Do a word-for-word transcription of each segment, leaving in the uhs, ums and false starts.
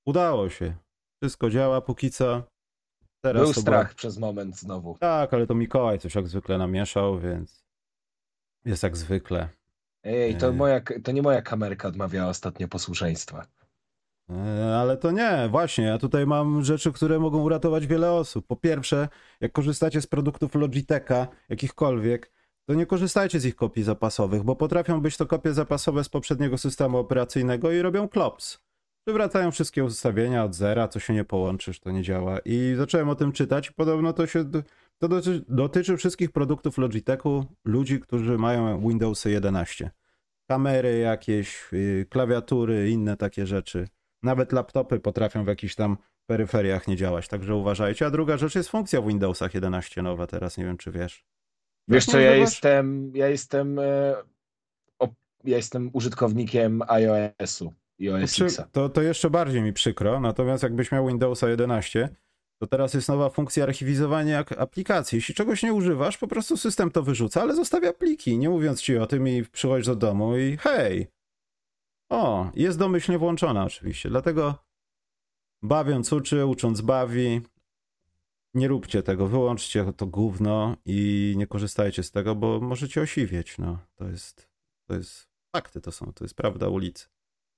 Udało się. Wszystko działa póki co. Teraz Był to strach była... przez moment znowu. Tak, ale to Mikołaj coś jak zwykle namieszał, więc jest jak zwykle. Ej, to, E, moja, to nie moja kamerka odmawiała ostatnio posłuszeństwa. e, Ale to nie, właśnie, ja tutaj mam rzeczy, które mogą uratować wiele osób. Po pierwsze, jak korzystacie z produktów Logitecha, jakichkolwiek, to nie korzystajcie z ich kopii zapasowych, bo potrafią być to kopie zapasowe z poprzedniego systemu operacyjnego i robią klops. Przywracają wszystkie ustawienia od zera, co się nie połączysz, to nie działa. I zacząłem o tym czytać i podobno to się to dotyczy, dotyczy wszystkich produktów Logitechu, ludzi, którzy mają Windowsy jedenaście. Kamery jakieś, yy, klawiatury, inne takie rzeczy. Nawet laptopy potrafią w jakichś tam peryferiach nie działać, także uważajcie. A druga rzecz jest funkcja w Windowsach jedenaście nowa teraz, nie wiem czy wiesz. Wiesz Jak nie co, ja używasz? jestem, ja jestem, e, op, ja jestem użytkownikiem iOS-u i To, O S przy, X-a. to, to jeszcze bardziej mi przykro, natomiast jakbyś miał Windowsa jedenaście, to teraz jest nowa funkcja archiwizowania aplikacji. Jeśli czegoś nie używasz, po prostu system to wyrzuca, ale zostawia pliki, nie mówiąc ci o tym i przychodzisz do domu i hej, o, jest domyślnie włączona oczywiście, dlatego bawiąc uczy, ucząc bawi, nie róbcie tego, wyłączcie to gówno i nie korzystajcie z tego, bo możecie osiwieć, no, to jest, to jest, fakty to są, to jest prawda ulicy.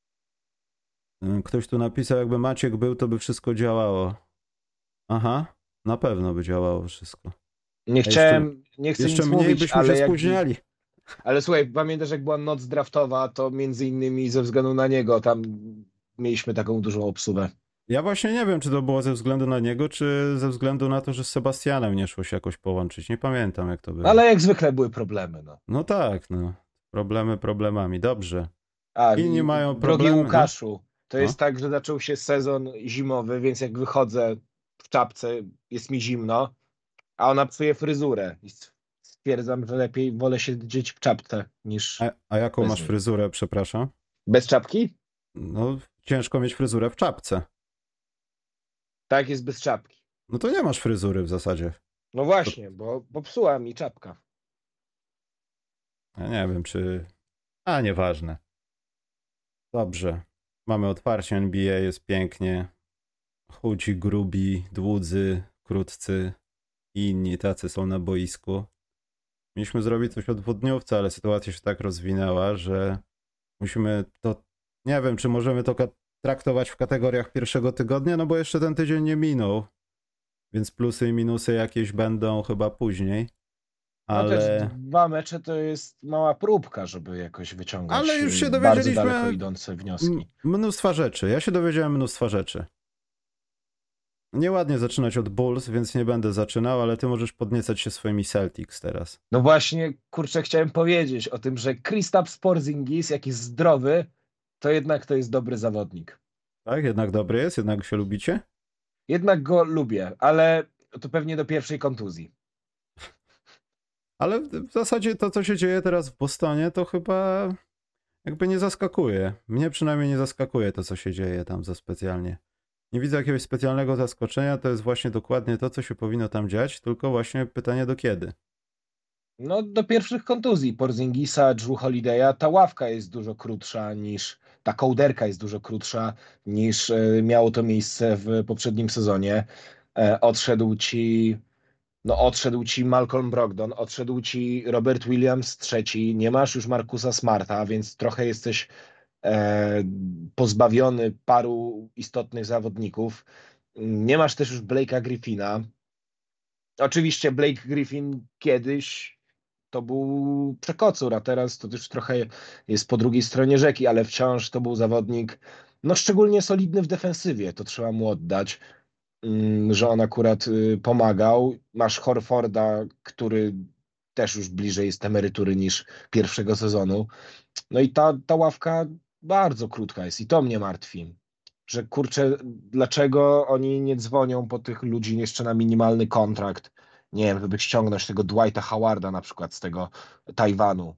Ktoś tu napisał, jakby Maciek był, to by wszystko działało. Aha, na pewno by działało wszystko. Nie A jeszcze, chciałem, nie chcę jeszcze nic mniej mówić, byśmy się ale jak, spóźniali. ale słuchaj, pamiętasz jak była noc draftowa, to między innymi ze względu na niego tam mieliśmy taką dużą obsługę. Ja właśnie nie wiem, czy to było ze względu na niego, czy ze względu na to, że z Sebastianem nie szło się jakoś połączyć. Nie pamiętam, jak to było. Ale jak zwykle były problemy, no. No tak, no. Problemy problemami. Dobrze. A, Inni i, mają drogi problemy, no. Łukaszu, to No. jest tak, że zaczął się sezon zimowy, więc jak wychodzę w czapce, jest mi zimno, a ona psuje fryzurę. I stwierdzam, że lepiej wolę siedzieć w czapce niż A, a jaką bez masz niej. fryzurę, przepraszam? Bez czapki? No, ciężko mieć fryzurę w czapce. Tak, jest bez czapki. No to nie masz fryzury w zasadzie. No To, właśnie, bo popsuła mi czapka. ja nie wiem, czy... A, nieważne. Dobrze. Mamy otwarcie N B A, jest pięknie. Chudzi, grubi, dłudzy, krótcy i inni tacy są na boisku. Mieliśmy zrobić coś o dwudniówce, ale sytuacja się tak rozwinęła, że musimy to... Nie wiem, czy możemy to traktować w kategoriach pierwszego tygodnia, no bo jeszcze ten tydzień nie minął. Więc plusy i minusy jakieś będą chyba później. No też Ale... dwa mecze to jest mała próbka, żeby jakoś Ale wyciągać już się y, bardzo dowiedzieliśmy daleko idące m- wnioski. mnóstwa rzeczy. Ja się dowiedziałem mnóstwa rzeczy. Nieładnie zaczynać od Bulls, więc nie będę zaczynał, ale ty możesz podniecać się swoimi Celtics teraz. No właśnie, kurczę, chciałem powiedzieć o tym, że Kristaps Porzingis, jak jest zdrowy, to jednak to jest dobry zawodnik. Tak, jednak dobry jest, jednak się lubicie. Jednak go lubię, ale to pewnie do pierwszej kontuzji. Ale w zasadzie to, co się dzieje teraz w Bostonie, to chyba jakby nie zaskakuje. Mnie przynajmniej nie zaskakuje to, co się dzieje tam za specjalnie. Nie widzę jakiegoś specjalnego zaskoczenia, to jest właśnie dokładnie to, co się powinno tam dziać, tylko właśnie pytanie do kiedy. No do pierwszych kontuzji Porzingisa, Drew Holiday'a ta ławka jest dużo krótsza niż, ta kołderka jest dużo krótsza niż e, miało to miejsce w poprzednim sezonie. E, odszedł ci No odszedł ci Malcolm Brogdon, odszedł ci Robert Williams trzeci, nie masz już Marcusa Smarta, więc trochę jesteś e, pozbawiony paru istotnych zawodników. Nie masz też już Blake'a Griffina. Oczywiście Blake Griffin kiedyś to był przekocur, a teraz to też trochę jest po drugiej stronie rzeki, ale wciąż to był zawodnik no szczególnie solidny w defensywie, to trzeba mu oddać, mm, że on akurat y, pomagał. Masz Horforda, który też już bliżej jest emerytury niż pierwszego sezonu. No i ta, ta ławka bardzo krótka jest i to mnie martwi. Że kurczę, dlaczego oni nie dzwonią po tych ludzi jeszcze na minimalny kontrakt? Nie wiem, żeby ściągnąć tego Dwighta Howarda na przykład z tego Tajwanu,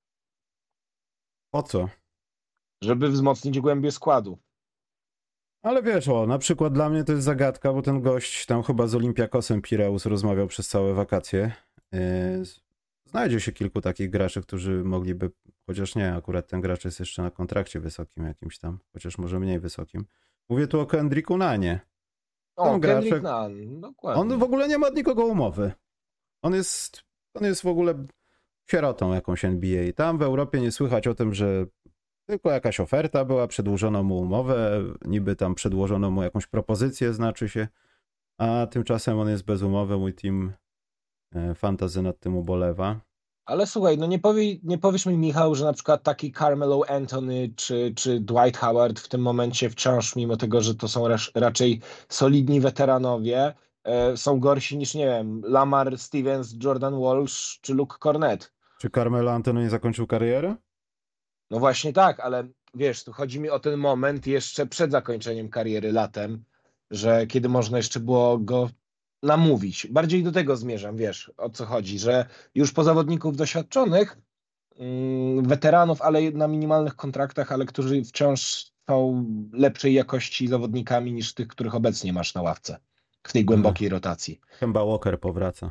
Po co? żeby wzmocnić głębię składu. Ale wiesz, o, na przykład dla mnie to jest zagadka, bo ten gość tam chyba z Olympiakosem Pireus rozmawiał przez całe wakacje. Yy, znajdzie się kilku takich graczy, którzy mogliby, chociaż nie, akurat ten gracz jest jeszcze na kontrakcie wysokim jakimś tam, chociaż może mniej wysokim. Mówię tu o Kendricku Nanie. O, Są Kendrick gracze- Nunn, dokładnie. On w ogóle nie ma od nikogo umowy. On jest, on jest w ogóle sierotą jakąś N B A. Tam w Europie nie słychać o tym, że tylko jakaś oferta była, przedłużono mu umowę, niby tam przedłożono mu jakąś propozycję, znaczy się, a tymczasem on jest bez umowy, mój team e, fantasy nad tym ubolewa. Ale słuchaj, no nie, powie, nie powiesz mi, Michał, że na przykład taki Carmelo Anthony czy, czy Dwight Howard w tym momencie wciąż, mimo tego, że to są rasz, raczej solidni weteranowie, e, są gorsi niż, nie wiem, Lamar Stevens, Jordan Walsh czy Luke Cornett. Czy Carmelo Anthony nie zakończył karierę? No właśnie tak, ale wiesz, tu chodzi mi o ten moment jeszcze przed zakończeniem kariery latem, że kiedy można jeszcze było go namówić. Bardziej do tego zmierzam, wiesz, o co chodzi, że już po zawodników doświadczonych, mm, weteranów, ale na minimalnych kontraktach, ale którzy wciąż są lepszej jakości zawodnikami niż tych, których obecnie masz na ławce w tej głębokiej rotacji. Kemba Walker powraca.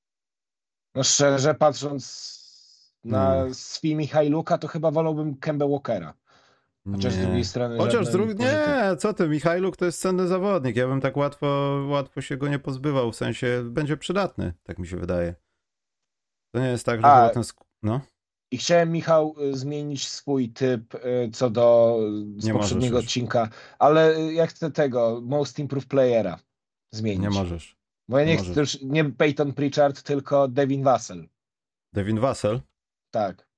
No szczerze patrząc na Hmm. Svi Michajluka, to chyba wolałbym Kemba Walkera. Chociaż z drugiej strony Chociaż z żaden drugiej... pożytek. Nie, co ty, Michajluk to jest cenny zawodnik. Ja bym tak łatwo, łatwo się go nie pozbywał, w sensie będzie przydatny, tak mi się wydaje. To nie jest tak, że A, chyba ten... sk- No, I chciałem, Michał, y, zmienić swój typ y, co do z Nie możesz poprzedniego już. odcinka, ale y, ja chcę tego Most Improved Playera zmienić. nie możesz. Bo ja nie nie chcę możesz. już nie Peyton Pritchard, tylko Devin Vassell. Devin Vassell. Tak.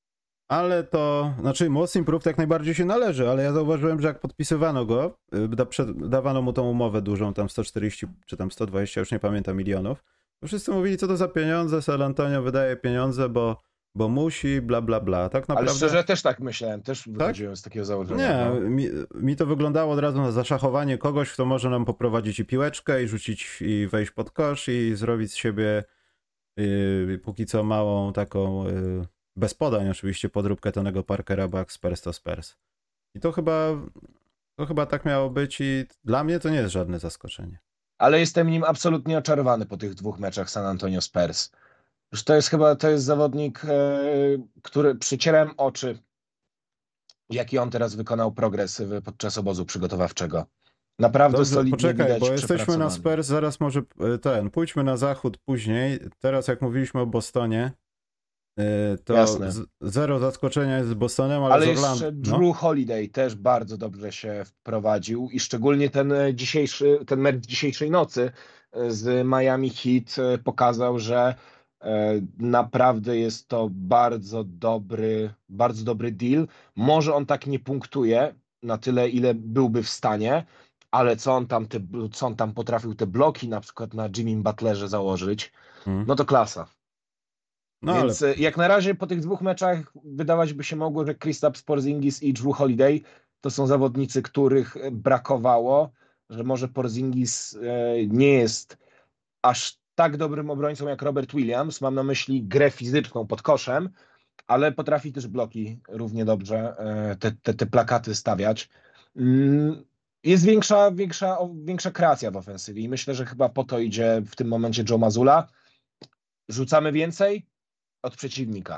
Ale to, znaczy Most Improved jak najbardziej się należy, ale ja zauważyłem, że jak podpisywano go, y, da, przed, dawano mu tą umowę dużą, tam sto czterdzieści czy tam sto dwadzieścia, już nie pamiętam, milionów, to wszyscy mówili, co to za pieniądze, San Antonio wydaje pieniądze, bo, bo musi, bla, bla, bla. Tak Ale naprawdę... szczerze też tak myślałem, też wychodziłem z takiego założenia. Nie, no. mi, mi to wyglądało od razu na zaszachowanie kogoś, kto może nam poprowadzić i piłeczkę, i rzucić, i wejść pod kosz, i zrobić z siebie yy, póki co małą taką, yy, bez podań oczywiście, podróbkę Tonego Parkera, bo jak Spurs to Spurs. I to chyba, to chyba tak miało być i dla mnie to nie jest żadne zaskoczenie. Ale jestem nim absolutnie oczarowany po tych dwóch meczach San Antonio Spurs. Już to jest chyba, to jest zawodnik, e, który przycierałem oczy, jaki on teraz wykonał progres w- podczas obozu przygotowawczego. Naprawdę Dobrze, solidnie poczekaj, widać bo jesteśmy na przepracowany. Spurs, zaraz może yy, ten, pójdźmy na zachód później. Teraz jak mówiliśmy o Bostonie, yy, to Jasne. z, zero zaskoczenia jest z Bostonem, ale, Ale z jeszcze Orlando. Drew No. Holiday też bardzo dobrze się wprowadził i szczególnie ten e, dzisiejszy, ten mecz dzisiejszej nocy e, z Miami Heat e, pokazał, że e, naprawdę jest to bardzo dobry, bardzo dobry deal. Może on tak nie punktuje na tyle, ile byłby w stanie, ale co on tam, te, co on tam potrafił te bloki na przykład na Jimmy Butlerze założyć, Mm. no to klasa. No Więc ale e, jak na razie po tych dwóch meczach wydawać by się mogło, że Kristaps Porzingis i Drew Holiday to są zawodnicy, których e, brakowało, że może Porzingis e, nie jest aż tak dobrym obrońcą jak Robert Williams, mam na myśli grę fizyczną pod koszem, ale potrafi też bloki równie dobrze, e, te, te, te plakaty stawiać. Mm, Jest większa, większa, o- większa kreacja w ofensywie i myślę, że chyba po to idzie w tym momencie Joe Mazzulla. Rzucamy więcej od przeciwnika.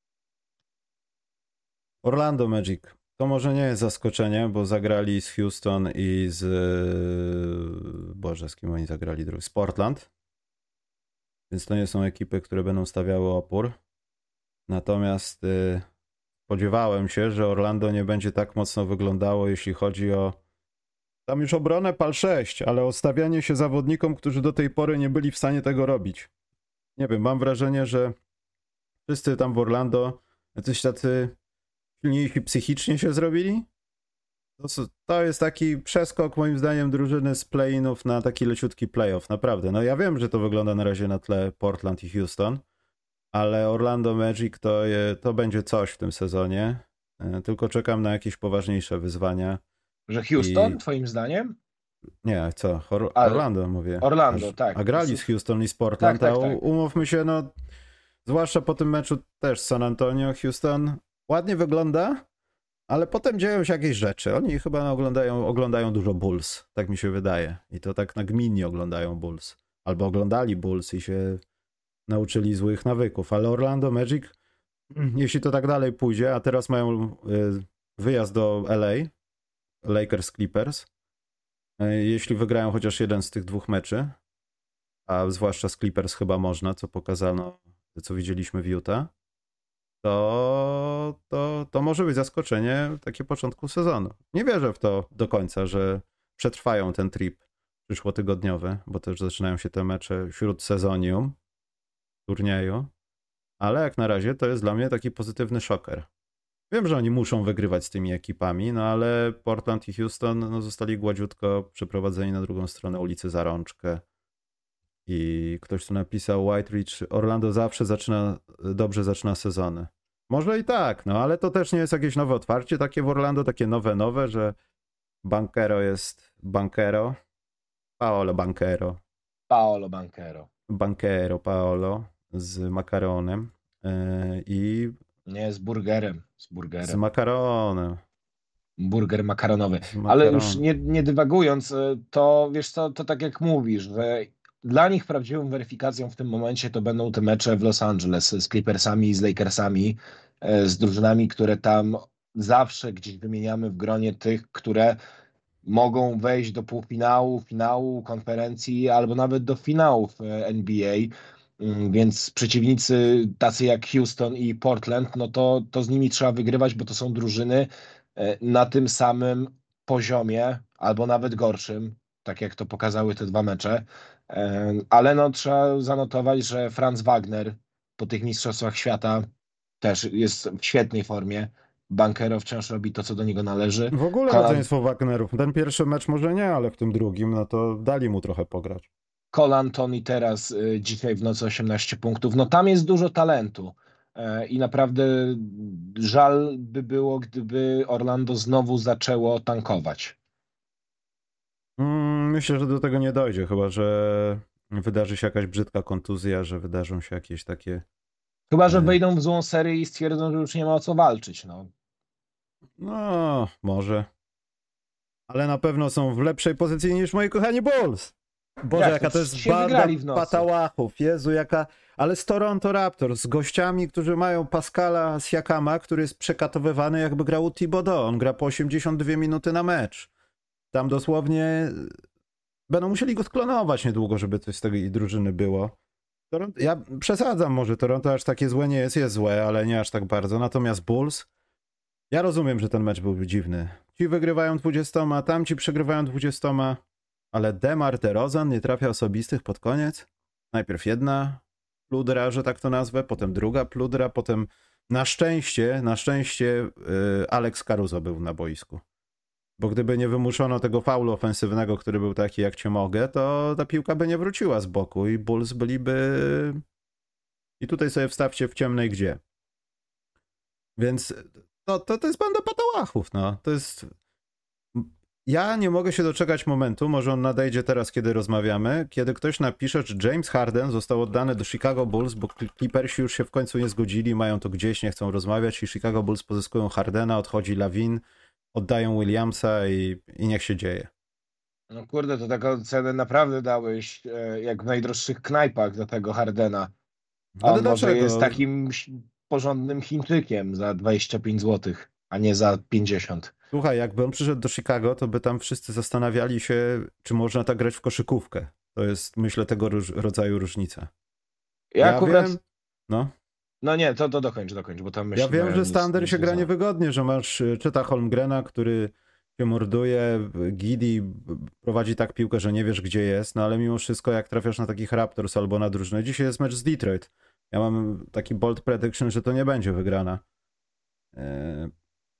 Orlando Magic. To może nie jest zaskoczenie, bo zagrali z Houston i z... Boże, z kim oni zagrali drugi? Z Portland. Więc to nie są ekipy, które będą stawiały opór. Natomiast y, spodziewałem się, że Orlando nie będzie tak mocno wyglądało, jeśli chodzi o tam już obronę pal sześć, ale o stawianie się zawodnikom, którzy do tej pory nie byli w stanie tego robić. Nie wiem, mam wrażenie, że wszyscy tam w Orlando jacyś tacy silniejsi psychicznie się zrobili. To, s- to jest taki przeskok moim zdaniem drużyny z play-inów na taki leciutki playoff, naprawdę. No ja wiem, że to wygląda na razie na tle Portland i Houston, ale Orlando Magic to, je, to będzie coś w tym sezonie. E, Tylko czekam na jakieś poważniejsze wyzwania. Że Houston, I- twoim zdaniem? Nie, co? Or- Ale- Orlando mówię. Orlando, a, tak. A grali z Houston i z Portland, Tak, tak, a u- tak. umówmy się, no zwłaszcza po tym meczu też z San Antonio, Houston ładnie wygląda, ale potem dzieją się jakieś rzeczy. Oni chyba oglądają, oglądają dużo Bulls, tak mi się wydaje. I to tak nagminnie oglądają Bulls. Albo oglądali Bulls i się nauczyli złych nawyków. Ale Orlando Magic, jeśli to tak dalej pójdzie, a teraz mają y, wyjazd do L A, Lakers Clippers, Jeśli wygrają chociaż jeden z tych dwóch meczy, a zwłaszcza z Clippers chyba można, co pokazano, co widzieliśmy w Utah, to, to, to może być zaskoczenie takie początku sezonu. Nie wierzę w to do końca, że przetrwają ten trip przyszłotygodniowy, bo też zaczynają się te mecze wśród sezonium turnieju, ale jak na razie to jest dla mnie taki pozytywny szoker. Wiem, że oni muszą wygrywać z tymi ekipami, no ale Portland i Houston no, zostali gładziutko przeprowadzeni na drugą stronę ulicy za rączkę. I ktoś tu napisał, White Ridge, Orlando zawsze zaczyna, dobrze zaczyna sezony. Może i tak, no ale to też nie jest jakieś nowe otwarcie takie w Orlando, takie nowe, nowe, że Banchero jest Banchero, Paolo Banchero. Paolo Banchero. Banchero Paolo z makaronem yy, i... Nie, z burgerem. Z burgerem. Z makaronem. Burger makaronowy. Z Ale makaron. już nie, nie dywagując, to wiesz co, to tak jak mówisz, że dla nich prawdziwą weryfikacją w tym momencie to będą te mecze w Los Angeles z Clippersami i z Lakersami, z drużynami, które tam zawsze gdzieś wymieniamy w gronie tych, które mogą wejść do półfinału, finału konferencji albo nawet do finałów N B A. Więc przeciwnicy tacy jak Houston i Portland, no to, to z nimi trzeba wygrywać, bo to są drużyny na tym samym poziomie, albo nawet gorszym, tak jak to pokazały te dwa mecze. Ale no trzeba zanotować, że Franz Wagner po tych mistrzostwach świata też jest w świetnej formie. Banchero wciąż robi to, co do niego należy. W ogóle Kolan... rodzeństwo Wagnerów. Ten pierwszy mecz może nie, ale w tym drugim, no to dali mu trochę pograć. Cole Anthony teraz y, dzisiaj w nocy osiemnaście punktów. No tam jest dużo talentu y, i naprawdę żal by było, gdyby Orlando znowu zaczęło tankować. Mm, myślę, że do tego nie dojdzie, chyba że wydarzy się jakaś brzydka kontuzja, że wydarzą się jakieś takie... Chyba że e... wejdą w złą serię i stwierdzą, że już nie ma o co walczyć. No, no może. Ale na pewno są w lepszej pozycji niż moi kochani Bulls. Boże, Jak jaka to? to jest Się banda wygrali w nocy. patałachów. Jezu, jaka... Ale z Toronto Raptors, z gościami, którzy mają Pascala Siakama, który jest przekatowywany jakby grał u Thibodeau. On gra po osiemdziesiąt dwie minuty na mecz. Tam dosłownie będą musieli go sklonować niedługo, żeby coś z tej drużyny było. Toronto... Ja przesadzam może, Toronto aż takie złe nie jest, jest złe, ale nie aż tak bardzo. Natomiast Bulls, ja rozumiem, że ten mecz był dziwny. Ci wygrywają dwudziestoma, tamci przegrywają dwudziestoma, ale DeMar DeRozan nie trafia osobistych pod koniec. Najpierw jedna pludra, że tak to nazwę, potem druga pludra, potem na szczęście, na szczęście yy, Alex Caruso był na boisku. Bo gdyby nie wymuszono tego faulu ofensywnego, który był taki jak cię mogę, to ta piłka by nie wróciła z boku i Bulls byliby... I tutaj sobie wstawcie w ciemnej gdzie. Więc to, to, to jest banda patałachów, no. To jest... Ja nie mogę się doczekać momentu, może on nadejdzie teraz, kiedy rozmawiamy, kiedy ktoś napisze, że James Harden został oddany do Chicago Bulls, bo Clippersi już się w końcu nie zgodzili, mają to gdzieś, nie chcą rozmawiać i Chicago Bulls pozyskują Hardena, odchodzi Lavin, oddają Williamsa i, i niech się dzieje. No kurde, to taką cenę naprawdę dałeś, e, jak w najdroższych knajpach do tego Hardena. A Ale on może dlaczego? jest takim porządnym Chińczykiem za dwadzieścia pięć złotych, a nie za pięćdziesiąt. Słuchaj, jakby on przyszedł do Chicago, to by tam wszyscy zastanawiali się, czy można tak grać w koszykówkę. To jest, myślę, tego róż, rodzaju różnica. Ja, Ja akurat... wiem, no. No nie, to, to dokończ, dokończ, bo tam myślę, Ja wiem, że Stander się gra nie niewygodnie, że masz Cheta Holmgrena, który cię morduje, Giddy prowadzi tak piłkę, że nie wiesz, gdzie jest, no ale mimo wszystko, jak trafiasz na takich Raptors albo na drużynę, dzisiaj jest mecz z Detroit. Ja mam taki bold prediction, że to nie będzie wygrana. Eee...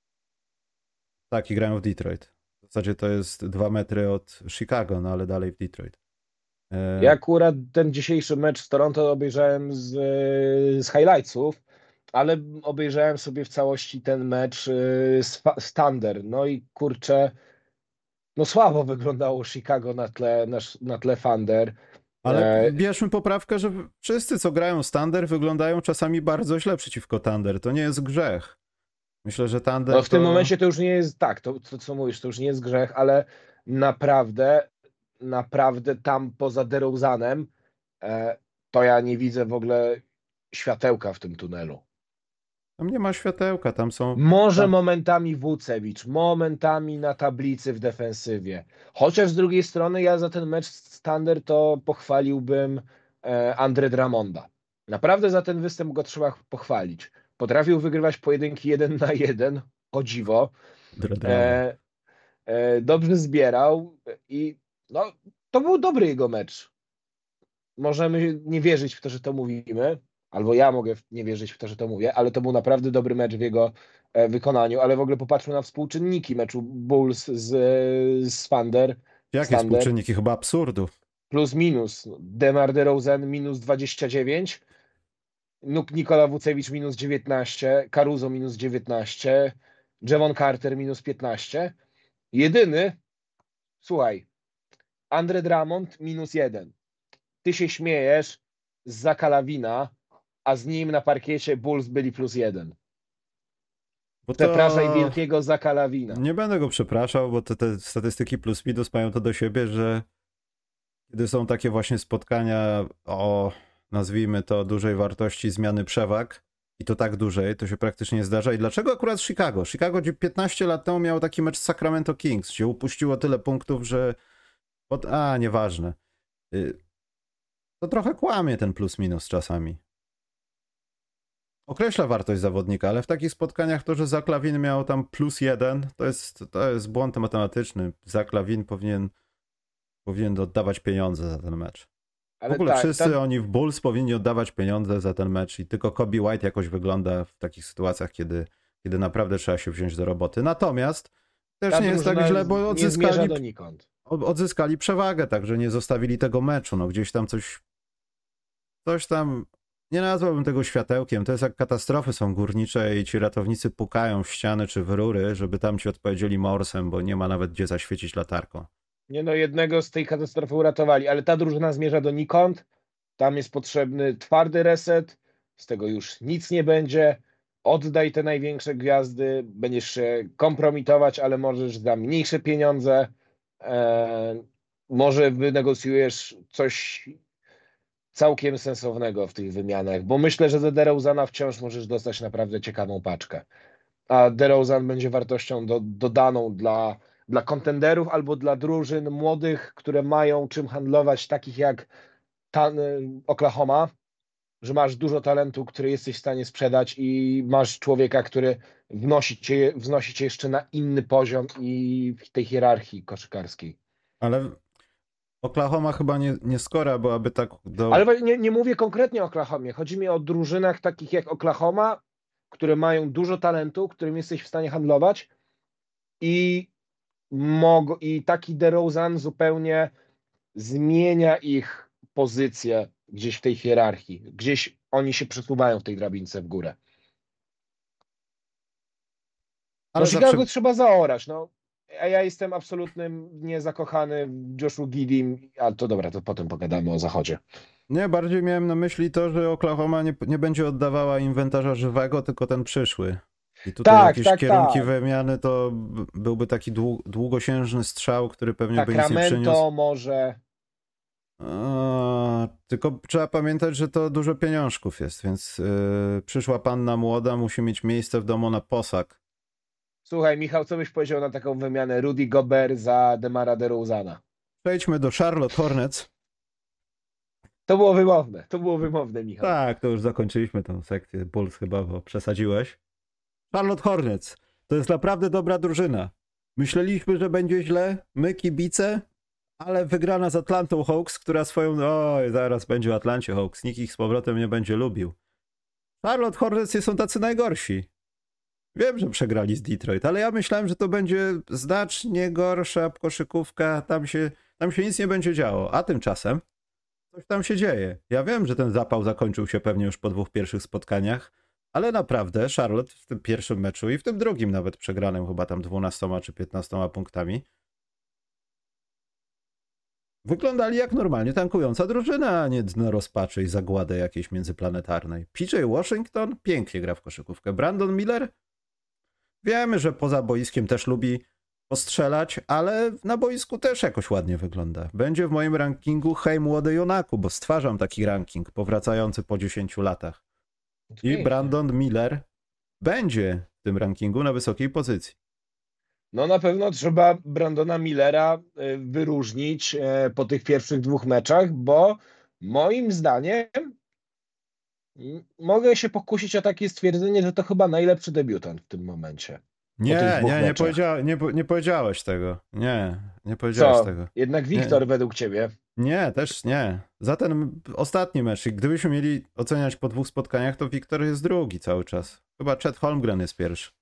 Tak, i grają w Detroit. W zasadzie to jest dwa metry od Chicago, no ale dalej w Detroit. Eee... Ja akurat ten dzisiejszy mecz z Toronto obejrzałem z, z highlightsów, ale obejrzałem sobie w całości ten mecz z, z Thunder. No i kurczę, no słabo wyglądało Chicago na tle, na, na tle Thunder. Ale bierzmy poprawkę, że wszyscy, co grają z Thunder, wyglądają czasami bardzo źle przeciwko Thunder. To nie jest grzech. Myślę, że Thunder No w to... tym momencie to już nie jest tak, to, to co mówisz, to już nie jest grzech, ale naprawdę, naprawdę tam poza DeRozanem e, to ja nie widzę w ogóle światełka w tym tunelu. Tam nie ma światełka, tam są... Może tam... momentami Wucewicz, momentami na tablicy w defensywie. Chociaż z drugiej strony ja za ten mecz z Thunder to pochwaliłbym e, Andre Drummonda. Naprawdę za ten występ go trzeba pochwalić. Potrafił wygrywać pojedynki jeden na jeden, o dziwo. E, e, dobrze zbierał i no, to był dobry jego mecz. Możemy nie wierzyć w to, że to mówimy, albo ja mogę nie wierzyć w to, że to mówię, ale to był naprawdę dobry mecz w jego e, wykonaniu, ale w ogóle popatrzmy na współczynniki meczu Bulls z, z Thunder. Jakie współczynniki? Chyba absurdu. Plus minus. DeMar DeRozan minus dwadzieścia dziewięć, Nuk Nikola Wucewicz minus dziewiętnaście, Caruso minus dziewiętnaście, Javon Carter minus piętnaście. Jedyny, słuchaj, Andre Drummond minus jeden. Ty się śmiejesz z Zaka Lawina, a z nim na parkiecie Bulls byli plus jeden. Bo to... Przepraszaj wielkiego Zaka Lawina. Nie będę go przepraszał, bo te, te statystyki plus minus mają to do siebie, że kiedy są takie właśnie spotkania o, nazwijmy to, dużej wartości zmiany przewag i to tak dużej, to się praktycznie nie zdarza. I dlaczego akurat Chicago? Chicago piętnaście lat temu miało taki mecz z Sacramento Kings, gdzie upuściło tyle punktów, że... Od... A, nieważne. To trochę kłamie ten plus minus czasami. Określa wartość zawodnika, ale w takich spotkaniach to, że Zach LaVine miał tam plus jeden, to jest, to jest błąd matematyczny. Zach LaVine powinien, powinien oddawać pieniądze za ten mecz. Ale w ogóle tak, wszyscy tam... oni w Bulls powinni oddawać pieniądze za ten mecz i tylko Kobe White jakoś wygląda w takich sytuacjach, kiedy, kiedy naprawdę trzeba się wziąć do roboty. Natomiast też tam nie jest tak źle, bo odzyskali, odzyskali przewagę, także nie zostawili tego meczu. No gdzieś tam coś coś tam, nie nazwałbym tego światełkiem, to jest jak katastrofy są górnicze i ci ratownicy pukają w ściany czy w rury, żeby tam ci odpowiedzieli morsem, bo nie ma nawet gdzie zaświecić latarką. Nie no, jednego z tej katastrofy uratowali, ale ta drużyna zmierza donikąd, tam jest potrzebny twardy reset, z tego już nic nie będzie, oddaj te największe gwiazdy, będziesz się kompromitować, ale możesz za mniejsze pieniądze, eee, może wynegocjujesz coś całkiem sensownego w tych wymianach, bo myślę, że za DeRozana wciąż możesz dostać naprawdę ciekawą paczkę. A DeRozan będzie wartością do, dodaną dla, dla kontenderów albo dla drużyn młodych, które mają czym handlować, takich jak ta, Oklahoma, że masz dużo talentu, który jesteś w stanie sprzedać i masz człowieka, który wnosi cię, wznosi cię jeszcze na inny poziom i w tej hierarchii koszykarskiej. Ale Oklahoma chyba nie, nie skora byłaby tak do... Ale nie, nie mówię konkretnie o Oklahomie. Chodzi mi o drużynach takich jak Oklahoma, które mają dużo talentu, którym jesteś w stanie handlować i, mog- i taki DeRozan zupełnie zmienia ich pozycję gdzieś w tej hierarchii. Gdzieś oni się przesuwają w tej drabince w górę. Ale no Chicago zawsze... trzeba zaorać, no. A ja jestem absolutnym niezakochany w Joshu Giddey, a to dobra, to potem pogadamy o zachodzie. Nie, bardziej miałem na myśli to, że Oklahoma nie, nie będzie oddawała inwentarza żywego, tylko ten przyszły. I tutaj tak, jakieś tak, kierunki tak. wymiany to byłby taki dłu- długosiężny strzał, który pewnie Sacramento by nic nie przyniósł. może... A, tylko trzeba pamiętać, że to dużo pieniążków jest, więc yy, przyszła panna młoda musi mieć miejsce w domu na posag. Słuchaj, Michał, co byś powiedział na taką wymianę Rudy Gobert za DeMara DeRozana? Przejdźmy do Charlotte Hornets. To było wymowne, to było wymowne, Michał. Tak, to już zakończyliśmy tę sekcję Bulls chyba, bo przesadziłeś. Charlotte Hornets to jest naprawdę dobra drużyna. Myśleliśmy, że będzie źle, my kibice, ale wygrana z Atlantą Hawks, która swoją... Oj, zaraz będzie w Atlancie Hawks, nikt ich z powrotem nie będzie lubił. Charlotte Hornets nie są tacy najgorsi. Wiem, że przegrali z Detroit, ale ja myślałem, że to będzie znacznie gorsza koszykówka, tam się, tam się nic nie będzie działo, a tymczasem coś tam się dzieje. Ja wiem, że ten zapał zakończył się pewnie już po dwóch pierwszych spotkaniach, ale naprawdę Charlotte w tym pierwszym meczu i w tym drugim nawet przegranym chyba tam dwunastoma czy piętnastoma punktami wyglądali jak normalnie tankująca drużyna, a nie dno rozpaczy i zagłady jakiejś międzyplanetarnej. P J Washington pięknie gra w koszykówkę. Brandon Miller wiemy, że poza boiskiem też lubi postrzelać, ale na boisku też jakoś ładnie wygląda. Będzie w moim rankingu hej młody Jonaku, bo stwarzam taki ranking powracający po dziesięciu latach. I Brandon Miller będzie w tym rankingu na wysokiej pozycji. No na pewno trzeba Brandona Millera y, wyróżnić y, po tych pierwszych dwóch meczach, bo moim zdaniem m, mogę się pokusić o takie stwierdzenie, że to chyba najlepszy debiutant w tym momencie. Po tych Nie, dwóch nie, nie, meczach. powiedzia, nie, po- nie powiedziałeś tego. Nie, nie powiedziałeś Co? tego. Jednak Nie. Wiktor według ciebie? Nie, też nie. Za ten ostatni mecz, i gdybyśmy mieli oceniać po dwóch spotkaniach, to Wiktor jest drugi cały czas. Chyba Chet Holmgren jest pierwszy.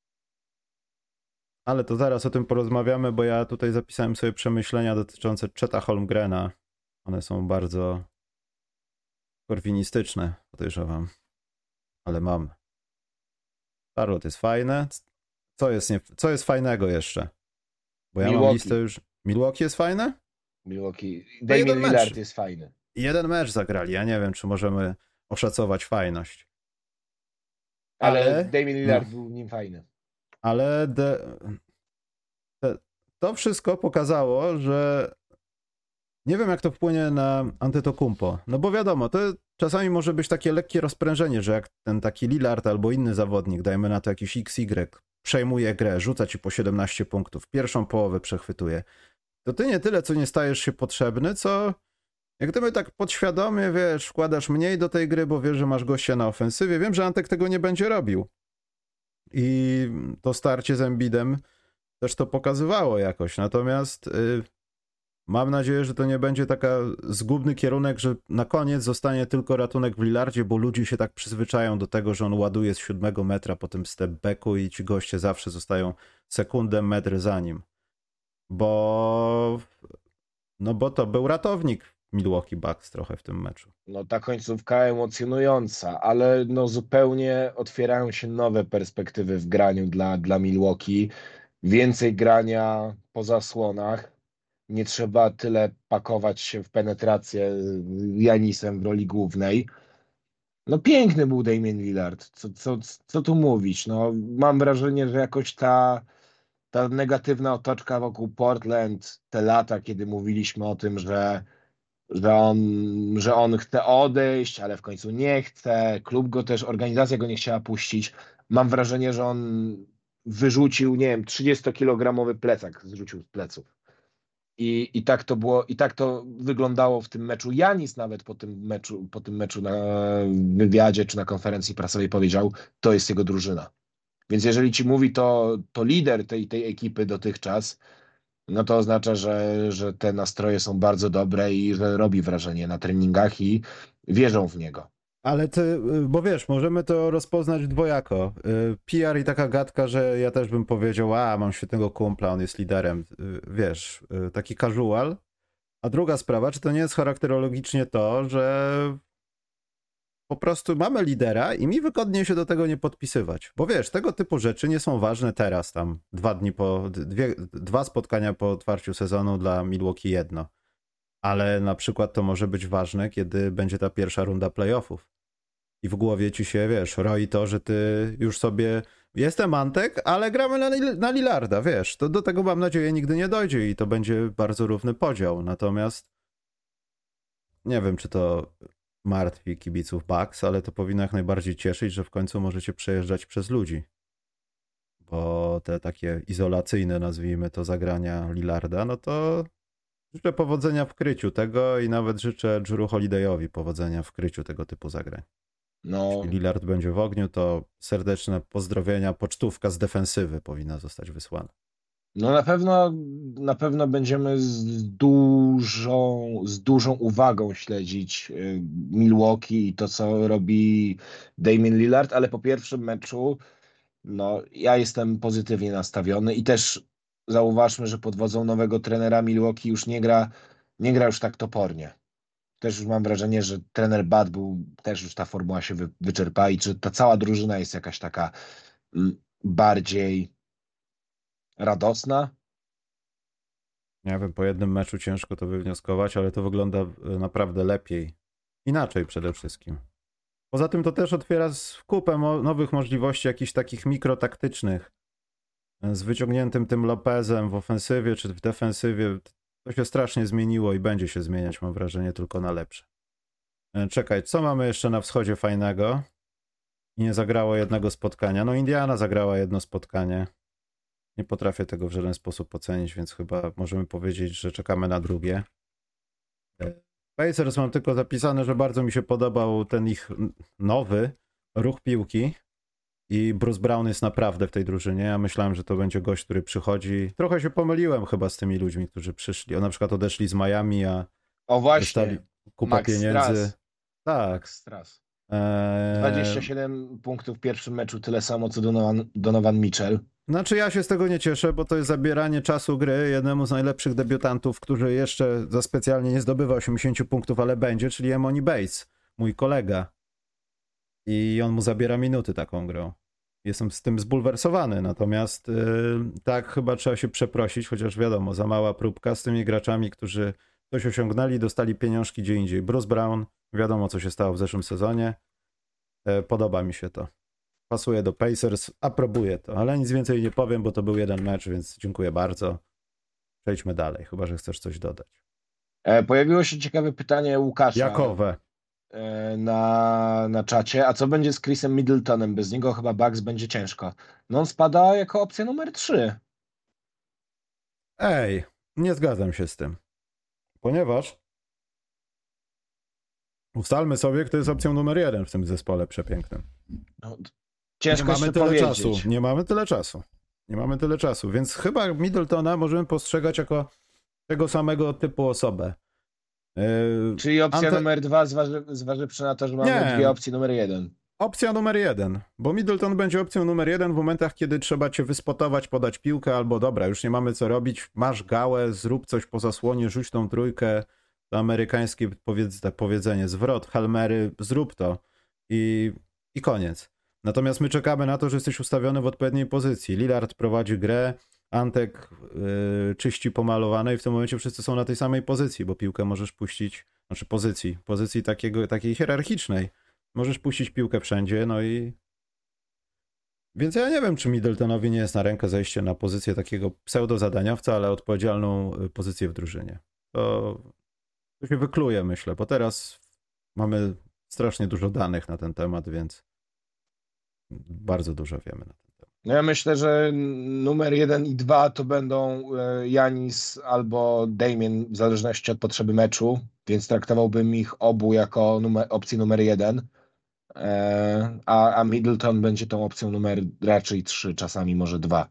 Ale to zaraz o tym porozmawiamy, bo ja tutaj zapisałem sobie przemyślenia dotyczące Cheta Holmgrena. One są bardzo korwinistyczne, podejrzewam. Ale mam. Charlotte jest fajne. Co jest, nie, co jest fajnego jeszcze? Bo ja Milwaukee. mam listę już... Milwaukee jest fajne? Milwaukee. jeden Damian mecz. Lillard jest fajny. Jeden mecz zagrali. Ja nie wiem, czy możemy oszacować fajność. Ale, Ale- Damian Lillard no. był w nim fajny. Ale de, te, to wszystko pokazało, że nie wiem, jak to wpłynie na Antetokounmpo. No bo wiadomo, to czasami może być takie lekkie rozprężenie, że jak ten taki Lillard albo inny zawodnik, dajmy na to jakiś X Y, przejmuje grę, rzuca ci po siedemnaście punktów, pierwszą połowę przechwytuje, to ty nie tyle, co nie stajesz się potrzebny, co jak gdyby tak podświadomie, wiesz, wkładasz mniej do tej gry, bo wiesz, że masz gościa na ofensywie. Wiem, że Antek tego nie będzie robił. I to starcie z Embidem też to pokazywało jakoś. Natomiast y, mam nadzieję, że to nie będzie taka zgubny kierunek, że na koniec zostanie tylko ratunek w Lillardzie, bo ludzie się tak przyzwyczają do tego, że on ładuje z siódmego metra po tym step-backu i ci goście zawsze zostają sekundę, metr za nim. Bo no bo to był ratownik Milwaukee Bucks trochę w tym meczu. No ta końcówka emocjonująca, ale no zupełnie otwierają się nowe perspektywy w graniu dla, dla Milwaukee. Więcej grania po zasłonach. Nie trzeba tyle pakować się w penetrację Janisem w roli głównej. No piękny był Damian Lillard. Co, co, co tu mówić? No, mam wrażenie, że jakoś ta, ta negatywna otoczka wokół Portland, te lata, kiedy mówiliśmy o tym, że że on, że on chce odejść, ale w końcu nie chce. Klub go też, organizacja go nie chciała puścić. Mam wrażenie, że on wyrzucił, nie wiem, trzydziestokilogramowy plecak zrzucił z pleców. I, I tak to było, i tak to wyglądało w tym meczu. Janis nawet po tym meczu, po tym meczu na wywiadzie czy na konferencji prasowej powiedział, to jest jego drużyna. Więc jeżeli ci mówi to, to lider tej, tej ekipy dotychczas, no to oznacza, że, że te nastroje są bardzo dobre i że robi wrażenie na treningach i wierzą w niego. Ale ty, bo wiesz, możemy to rozpoznać dwojako. P R i taka gadka, że ja też bym powiedział, a mam świetnego kumpla, on jest liderem. Wiesz, taki casual. A druga sprawa, czy to nie jest charakterologicznie to, że po prostu mamy lidera i mi wygodniej się do tego nie podpisywać. Bo wiesz, tego typu rzeczy nie są ważne teraz, tam dwa dni po, dwie, dwa spotkania po otwarciu sezonu dla Milwaukee jedno. Ale na przykład to może być ważne, kiedy będzie ta pierwsza runda playoffów. I w głowie ci się, wiesz, roi to, że ty już sobie, jestem Antek, ale gramy na, na Lillarda, wiesz. To do tego mam nadzieję nigdy nie dojdzie i to będzie bardzo równy podział. Natomiast nie wiem, czy to martwi kibiców Bucks, ale to powinno jak najbardziej cieszyć, że w końcu możecie przejeżdżać przez ludzi. Bo te takie izolacyjne, nazwijmy to, zagrania Lillarda, no to życzę powodzenia w kryciu tego i nawet życzę Jrue Holidayowi powodzenia w kryciu tego typu zagrań. No, Jeśli Lillard będzie w ogniu, to serdeczne pozdrowienia, pocztówka z defensywy powinna zostać wysłana. no na pewno, na pewno będziemy z dużą, z dużą uwagą śledzić y, Milwaukee i to, co robi Damian Lillard, ale po pierwszym meczu no, ja jestem pozytywnie nastawiony i też zauważmy, że pod wodzą nowego trenera Milwaukee już nie gra, nie gra już tak topornie. Też już mam wrażenie, że trener Bud był, też już ta formuła się wy, wyczerpała i że ta cała drużyna jest jakaś taka mm, bardziej radosna. Nie wiem, po jednym meczu ciężko to wywnioskować, ale to wygląda naprawdę lepiej. Inaczej przede wszystkim. Poza tym to też otwiera kupę mo- nowych możliwości, jakichś takich mikrotaktycznych. Z wyciągniętym tym Lopezem w ofensywie czy w defensywie. To się strasznie zmieniło i będzie się zmieniać, mam wrażenie, tylko na lepsze. Czekaj, co mamy jeszcze na wschodzie fajnego? i nie zagrało jednego spotkania. No Indiana zagrała jedno spotkanie. Nie potrafię tego w żaden sposób ocenić, więc chyba możemy powiedzieć, że czekamy na drugie. Pacers mam tylko zapisane, że bardzo mi się podobał ten ich nowy ruch piłki i Bruce Brown jest naprawdę w tej drużynie. Ja myślałem, że to będzie gość, który przychodzi. Trochę się pomyliłem chyba z tymi ludźmi, którzy przyszli. O, na przykład odeszli z Miami, a O właśnie, dostali kupę Max pieniędzy. Strass. Tak. Max Strass. Eee... dwadzieścia siedem punktów w pierwszym meczu, tyle samo co Donovan, Donovan Mitchell. Znaczy ja się z tego nie cieszę, bo to jest zabieranie czasu gry jednemu z najlepszych debiutantów, który jeszcze za specjalnie nie zdobywa osiemdziesiąt punktów, ale będzie, czyli Emoni Bates, mój kolega. I on mu zabiera minuty taką grą. Jestem z tym zbulwersowany, natomiast yy, tak chyba trzeba się przeprosić, chociaż wiadomo, za mała próbka z tymi graczami, którzy coś osiągnęli, dostali pieniążki gdzie indziej. Bruce Brown, wiadomo co się stało w zeszłym sezonie. Yy, podoba mi się to. Pasuje do Pacers, aprobuję to, ale nic więcej nie powiem, bo to był jeden mecz, więc dziękuję bardzo. Przejdźmy dalej, chyba że chcesz coś dodać. E, pojawiło się ciekawe pytanie Łukasza. Jakowe. Na, na czacie. A co będzie z Chrisem Middletonem? Bez niego chyba Bucks będzie ciężko. No on spada jako opcja numer trzy. Ej, nie zgadzam się z tym. Ponieważ ustalmy sobie, kto jest opcją numer jeden w tym zespole przepięknym. No, ciężko nie mamy się tyle powiedzieć. czasu. Nie mamy tyle czasu. Nie mamy tyle czasu, więc chyba Middletona możemy postrzegać jako tego samego typu osobę. Yy, Czyli opcja Ante... numer dwa, zważy, zważywszy na to, że mamy Nie. dwie opcje numer jeden. Opcja numer jeden, bo Middleton będzie opcją numer jeden w momentach, kiedy trzeba cię wyspotować, podać piłkę, albo dobra, już nie mamy co robić, masz gałę, zrób coś po zasłonie, rzuć tą trójkę, to amerykańskie powiedz, powiedzenie, zwrot, Hail Mary, zrób to i, i koniec. Natomiast my czekamy na to, że jesteś ustawiony w odpowiedniej pozycji. Lillard prowadzi grę, Antek yy, czyści pomalowane i w tym momencie wszyscy są na tej samej pozycji, bo piłkę możesz puścić, znaczy pozycji, pozycji takiego, takiej hierarchicznej. Możesz puścić piłkę wszędzie, no i... Więc ja nie wiem, czy Middletonowi nie jest na rękę zejście na pozycję takiego pseudo-zadaniowca, ale odpowiedzialną pozycję w drużynie. To, to się wykluje, myślę, bo teraz mamy strasznie dużo danych na ten temat, więc bardzo dużo wiemy na ten temat. No ja myślę, że numer jeden i dwa to będą Janis albo Damien, w zależności od potrzeby meczu, więc traktowałbym ich obu jako numer, opcję numer jeden. A, a Middleton będzie tą opcją numer raczej trzy, czasami może dwa.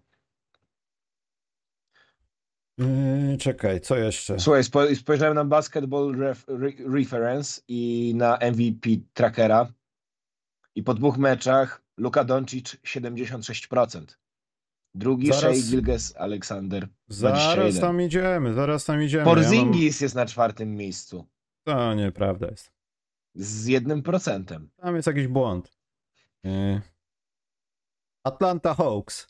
Yy, czekaj, co jeszcze? Słuchaj, spo, spojrzałem na Basketball Ref, Re, Reference i na M V P trackera i po dwóch meczach Luka Doncic siedemdziesiąt sześć procent. Drugi Zaraz- Shai Gilgeous-Alexander dwadzieścia Zaraz jeden. tam idziemy, zaraz tam idziemy. Porzingis jest na czwartym miejscu Ja mam... To nieprawda jest. z jednym procentem. Tam jest jakiś błąd. Yy. Atlanta Hawks.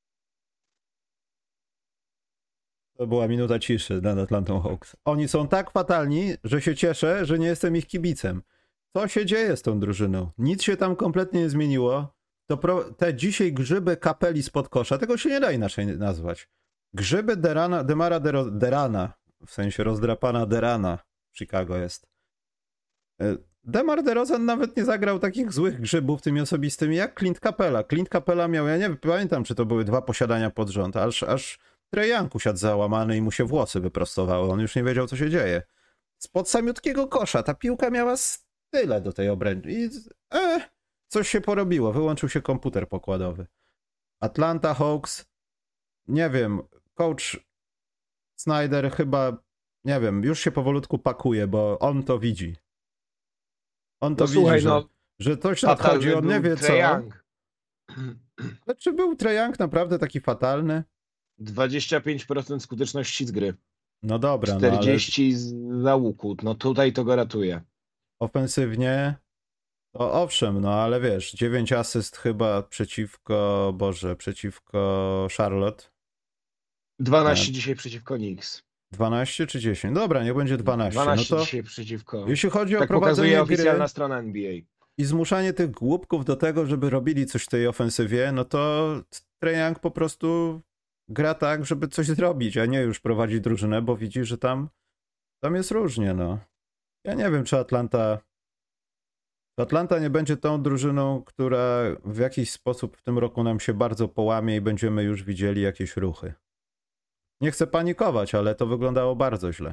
To była minuta ciszy nad Atlantą Hawks. Oni są tak fatalni, że się cieszę, że nie jestem ich kibicem. Co się dzieje z tą drużyną? Nic się tam kompletnie nie zmieniło. To pro... Te dzisiaj grzyby kapeli spod kosza, tego się nie da inaczej nazwać. Grzyby Derana, Demara Dero, Derana, w sensie rozdrapana Derana w Chicago jest. Demar DeRozan nawet nie zagrał takich złych grzybów tymi osobistymi jak Clint Capela. Clint Capela miał, ja nie pamiętam, czy to były dwa posiadania pod rząd, aż, aż Trae Young usiadł załamany i mu się włosy wyprostowały. On już nie wiedział, co się dzieje. Spod samiutkiego kosza ta piłka miała tyle do tej obręczy i e, coś się porobiło. Wyłączył się komputer pokładowy. Atlanta Hawks, nie wiem, coach Snyder chyba, nie wiem, już się powolutku pakuje, bo on to widzi. On to No widzi, słuchaj, że, no, że coś nadchodzi, on nie wie co. Trae Young. Ale czy był Trae Young naprawdę taki fatalny? dwadzieścia pięć procent skuteczności z gry. No dobra, czterdzieści no, za łuku. No tutaj to go ratuje. ofensywnie, to owszem, no ale wiesz, dziewięć asyst chyba przeciwko, Boże, przeciwko Charlotte. dwanaście dzisiaj przeciwko Knicks. dwanaście czy dziesięć? Dobra, niech będzie dwanaście. dwanaście No to dzisiaj przeciwko... jeśli chodzi o Tak prowadzenie pokazuje gry oficjalna strona N B A. i zmuszanie tych głupków do tego, żeby robili coś w tej ofensywie, no to Trae Young po prostu gra tak, żeby coś zrobić, a nie już prowadzi drużynę, bo widzi, że tam, tam jest różnie, no. Ja nie wiem, czy Atlanta Atlanta nie będzie tą drużyną, która w jakiś sposób w tym roku nam się bardzo połamie i będziemy już widzieli jakieś ruchy. Nie chcę panikować, ale to wyglądało bardzo źle.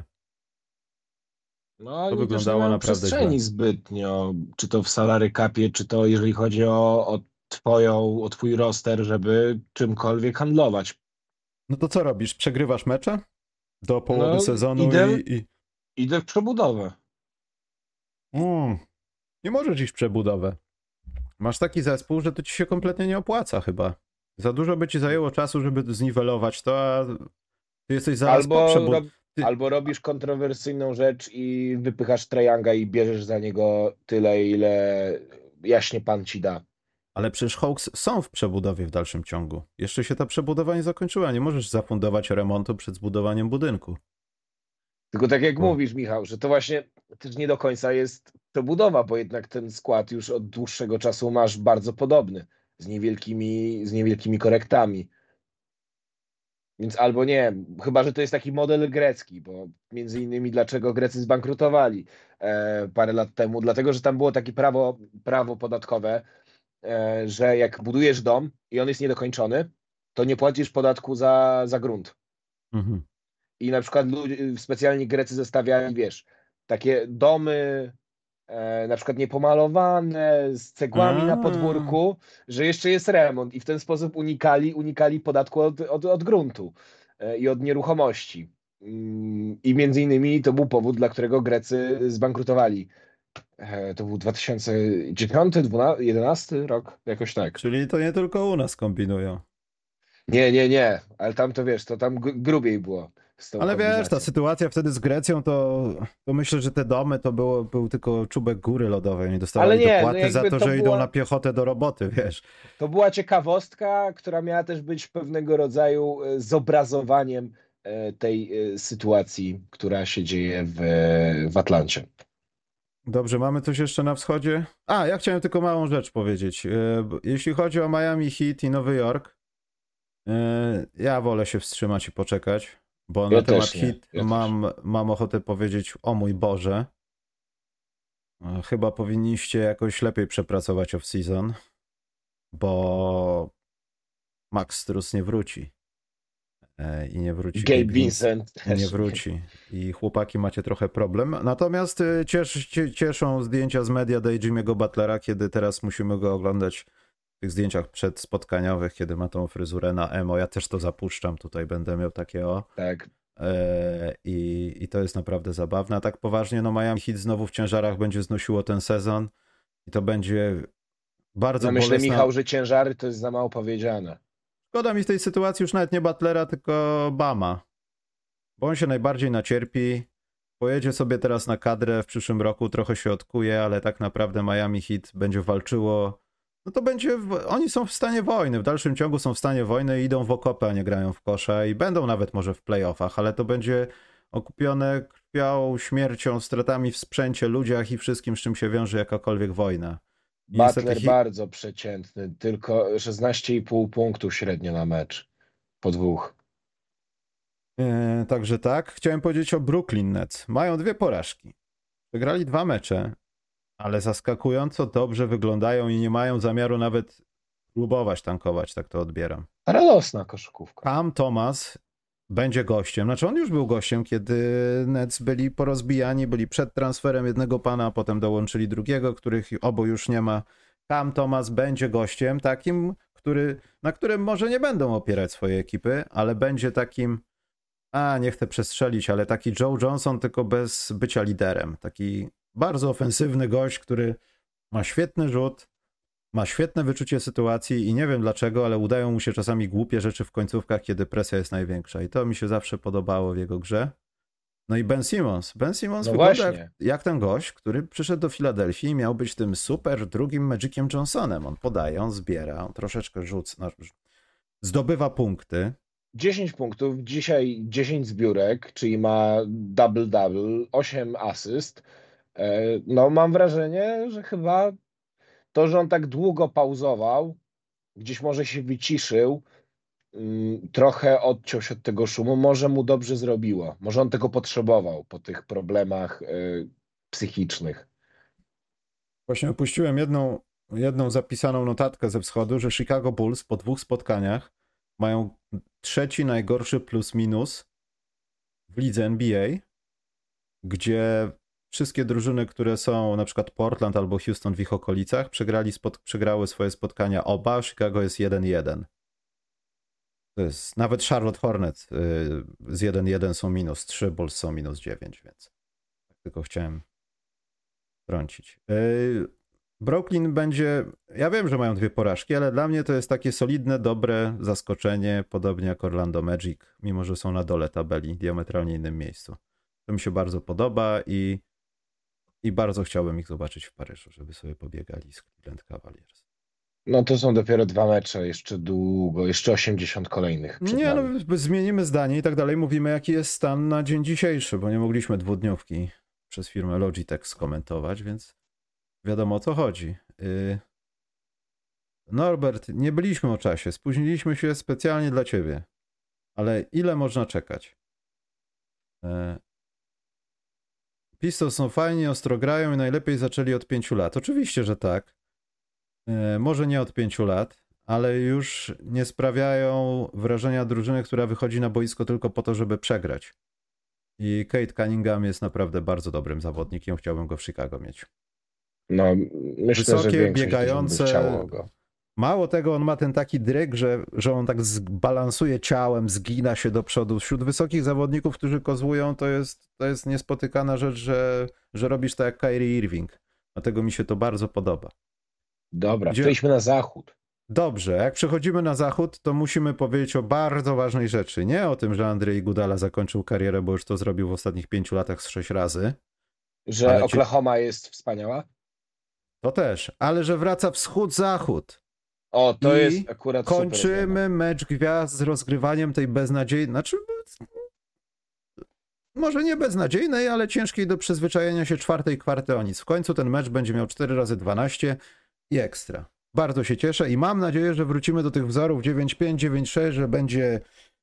No To oni też nie wyglądało mają naprawdę źle. przestrzeni zbytnio, czy to w salary capie, czy to jeżeli chodzi o, o twoją, o twój roster, żeby czymkolwiek handlować. No to co robisz? Przegrywasz mecze do połowy No sezonu idę, i... i... idę w przebudowę. Mm, nie możesz iść w przebudowę. Masz taki zespół, że to ci się kompletnie nie opłaca chyba. Za dużo by ci zajęło czasu, żeby zniwelować to, a ty jesteś zaraz po Albo, przebudowę. rob, albo robisz kontrowersyjną rzecz i wypychasz Trajanga i bierzesz za niego tyle, ile jaśnie pan ci da. Ale przecież Hawks są w przebudowie w dalszym ciągu. Jeszcze się ta przebudowa nie zakończyła. Nie możesz zafundować remontu przed zbudowaniem budynku. Tylko tak jak Bo... mówisz, Michał, że to właśnie też nie do końca jest przebudowa, bo jednak ten skład już od dłuższego czasu masz bardzo podobny, z niewielkimi, z niewielkimi korektami. Więc albo nie, chyba że to jest taki model grecki, bo między innymi dlaczego Grecy zbankrutowali e, parę lat temu, dlatego że tam było takie prawo, prawo podatkowe, e, że jak budujesz dom i on jest niedokończony, to nie płacisz podatku za, za grunt. Mhm. I na przykład ludzie, specjalnie Grecy zostawiali, wiesz, takie domy e, na przykład niepomalowane, z cegłami na A, podwórku, że jeszcze jest remont i w ten sposób unikali, unikali podatku od, od, od gruntu e, i od nieruchomości. Mm, I między innymi to był powód, dla którego Grecy zbankrutowali. E, to był dwa tysiące dziesiąty, dwunasty, jedenasty rok, jakoś tak. czyli to nie tylko u nas kombinują. Nie, nie, nie, ale tam to wiesz, to tam gr- grubiej było z tą Ale wiesz, ta kombinacją. sytuacja wtedy z Grecją, to, to myślę, że te domy to było, był tylko czubek góry lodowej. Oni Ale dostawali nie, no dopłaty za jakby to, to że idą na była, piechotę do roboty, wiesz. to była ciekawostka, która miała też być pewnego rodzaju e, zobrazowaniem e, tej e, sytuacji, która się dzieje w, w Atlancie. Dobrze, mamy coś jeszcze na wschodzie? A, ja chciałem tylko małą rzecz powiedzieć. E, b- Jeśli chodzi o Miami Heat i Nowy Jork, e, ja wolę się wstrzymać i poczekać, bo na Ja temat też nie, Heat ja też. mam, mam ochotę powiedzieć, o mój Boże, e, chyba powinniście jakoś lepiej przepracować off-season, bo Max Strus nie wróci. E, I nie wróci Gabe Gabe Vince. Vincent I nie też nie. wróci. I chłopaki macie trochę problem. Natomiast e, ciesz, cie- cieszą zdjęcia z media Day Jimmy'ego Butlera, kiedy teraz musimy go oglądać w tych zdjęciach przedspotkaniowych, kiedy ma tą fryzurę na emo. Ja też to zapuszczam. Tutaj będę miał takie o. Tak. E, I, I to jest naprawdę zabawne. A tak poważnie, no Miami Heat znowu w ciężarach będzie znosiło ten sezon. I to będzie bardzo No myślę, bolesna. Michał, że ciężary to jest za mało powiedziane. Szkoda mi w tej sytuacji już nawet nie Butlera, tylko Bama. Bo on się najbardziej nacierpi. Pojedzie sobie teraz na kadrę w przyszłym roku, trochę się odkuje, ale tak naprawdę Miami Heat będzie walczyło. No to będzie. Oni są w stanie wojny. W dalszym ciągu są w stanie wojny i idą w okopy, a nie grają w kosza i będą nawet może w playoffach, ale to będzie okupione krwią, śmiercią, stratami w sprzęcie, ludziach i wszystkim, z czym się wiąże jakakolwiek wojna. I niestety Butler Heat. bardzo przeciętny, tylko szesnaście i pół punktów średnio na mecz. Po dwóch. E, także tak. Chciałem powiedzieć o Brooklyn Nets. Mają dwie porażki. Wygrali dwa mecze, ale zaskakująco dobrze wyglądają i nie mają zamiaru nawet próbować tankować, tak to odbieram. Radosna koszykówka. Cam Thomas będzie gościem, znaczy on już był gościem, kiedy Nets byli porozbijani, byli przed transferem jednego pana, a potem dołączyli drugiego, których obu już nie ma. Cam Thomas będzie gościem takim, który, na którym może nie będą opierać swoje ekipy, ale będzie takim, a nie chcę przestrzelić, ale taki Joe Johnson, tylko bez bycia liderem. Taki bardzo ofensywny gość, który ma świetny rzut, ma świetne wyczucie sytuacji i nie wiem dlaczego, ale udają mu się czasami głupie rzeczy w końcówkach, kiedy presja jest największa. I to mi się zawsze podobało w jego grze. No i Ben Simmons. Ben Simmons No wygląda jak, właśnie. jak ten gość, który przyszedł do Filadelfii i miał być tym super drugim Magiciem Johnsonem. On podaje, on zbiera, on troszeczkę rzuca, zdobywa punkty. dziesięć punktów, dzisiaj dziesięć zbiórek, czyli ma double-double, osiem asyst. E, No mam wrażenie, że chyba to, że on tak długo pauzował, gdzieś może się wyciszył, mm, trochę odciął się od tego szumu, może mu dobrze zrobiło. Może on tego potrzebował po tych problemach e, psychicznych. Właśnie opuściłem jedną, jedną zapisaną notatkę ze wschodu, że Chicago Bulls po dwóch spotkaniach mają trzeci najgorszy plus minus w lidze N B A, gdzie wszystkie drużyny, które są na przykład Portland albo Houston w ich okolicach, przegrali spod, przegrały swoje spotkania oba, Chicago jest jeden jeden. To jest, nawet Charlotte Hornets yy, z jeden jeden są minus trzy, Bulls są minus dziewięć, więc tylko chciałem wtrącić. Yy, Brooklyn będzie, ja wiem, że mają dwie porażki, ale dla mnie to jest takie solidne, dobre zaskoczenie, podobnie jak Orlando Magic, mimo że są na dole tabeli, diametralnie innym miejscu. To mi się bardzo podoba i, i bardzo chciałbym ich zobaczyć w Paryżu, żeby sobie pobiegali z Cleveland Cavaliers. No to są dopiero dwa mecze, jeszcze długo, jeszcze osiemdziesiąt kolejnych przed Nie, nami. no zmienimy zdanie i tak dalej, mówimy jaki jest stan na dzień dzisiejszy, bo nie mogliśmy dwudniówki przez firmę Logitech skomentować, więc wiadomo o co chodzi. Yy... Norbert, nie byliśmy o czasie, spóźniliśmy się specjalnie dla ciebie, ale ile można czekać? Yy... Pistols są fajni, ostro grają i najlepiej zaczęli od pięciu lat. Oczywiście, że tak. Yy, może nie od pięciu lat, ale już nie sprawiają wrażenia drużyny, która wychodzi na boisko tylko po to, żeby przegrać. I Kate Cunningham jest naprawdę bardzo dobrym zawodnikiem. Chciałbym go w Chicago mieć. No, myślę, Wysokie, że większość biegające. by chciało go. Mało tego, on ma ten taki dryg, że, że on tak balansuje ciałem, zgina się do przodu. Wśród wysokich zawodników, którzy kozłują, to jest, to jest niespotykana rzecz, że, że robisz tak jak Kyrie Irving. Dlatego mi się to bardzo podoba. Dobra, Gdzie... przejdźmy na zachód. Dobrze, jak przechodzimy na zachód, to musimy powiedzieć o bardzo ważnej rzeczy. Nie o tym, że Andrzej Iguodala zakończył karierę, bo już to zrobił w ostatnich pięciu latach z sześć razy. Że Ale Oklahoma ci... jest wspaniała? To też, ale że wraca wschód-zachód. O, to I jest akurat kończymy super mecz gwiazd z rozgrywaniem tej beznadziejnej, znaczy może nie beznadziejnej, ale ciężkiej do przyzwyczajenia się czwartej kwarty o nic. W końcu ten mecz będzie miał cztery razy dwanaście i ekstra. Bardzo się cieszę i mam nadzieję, że wrócimy do tych wzorów dziewięć pięć, dziewięć sześć, że będzie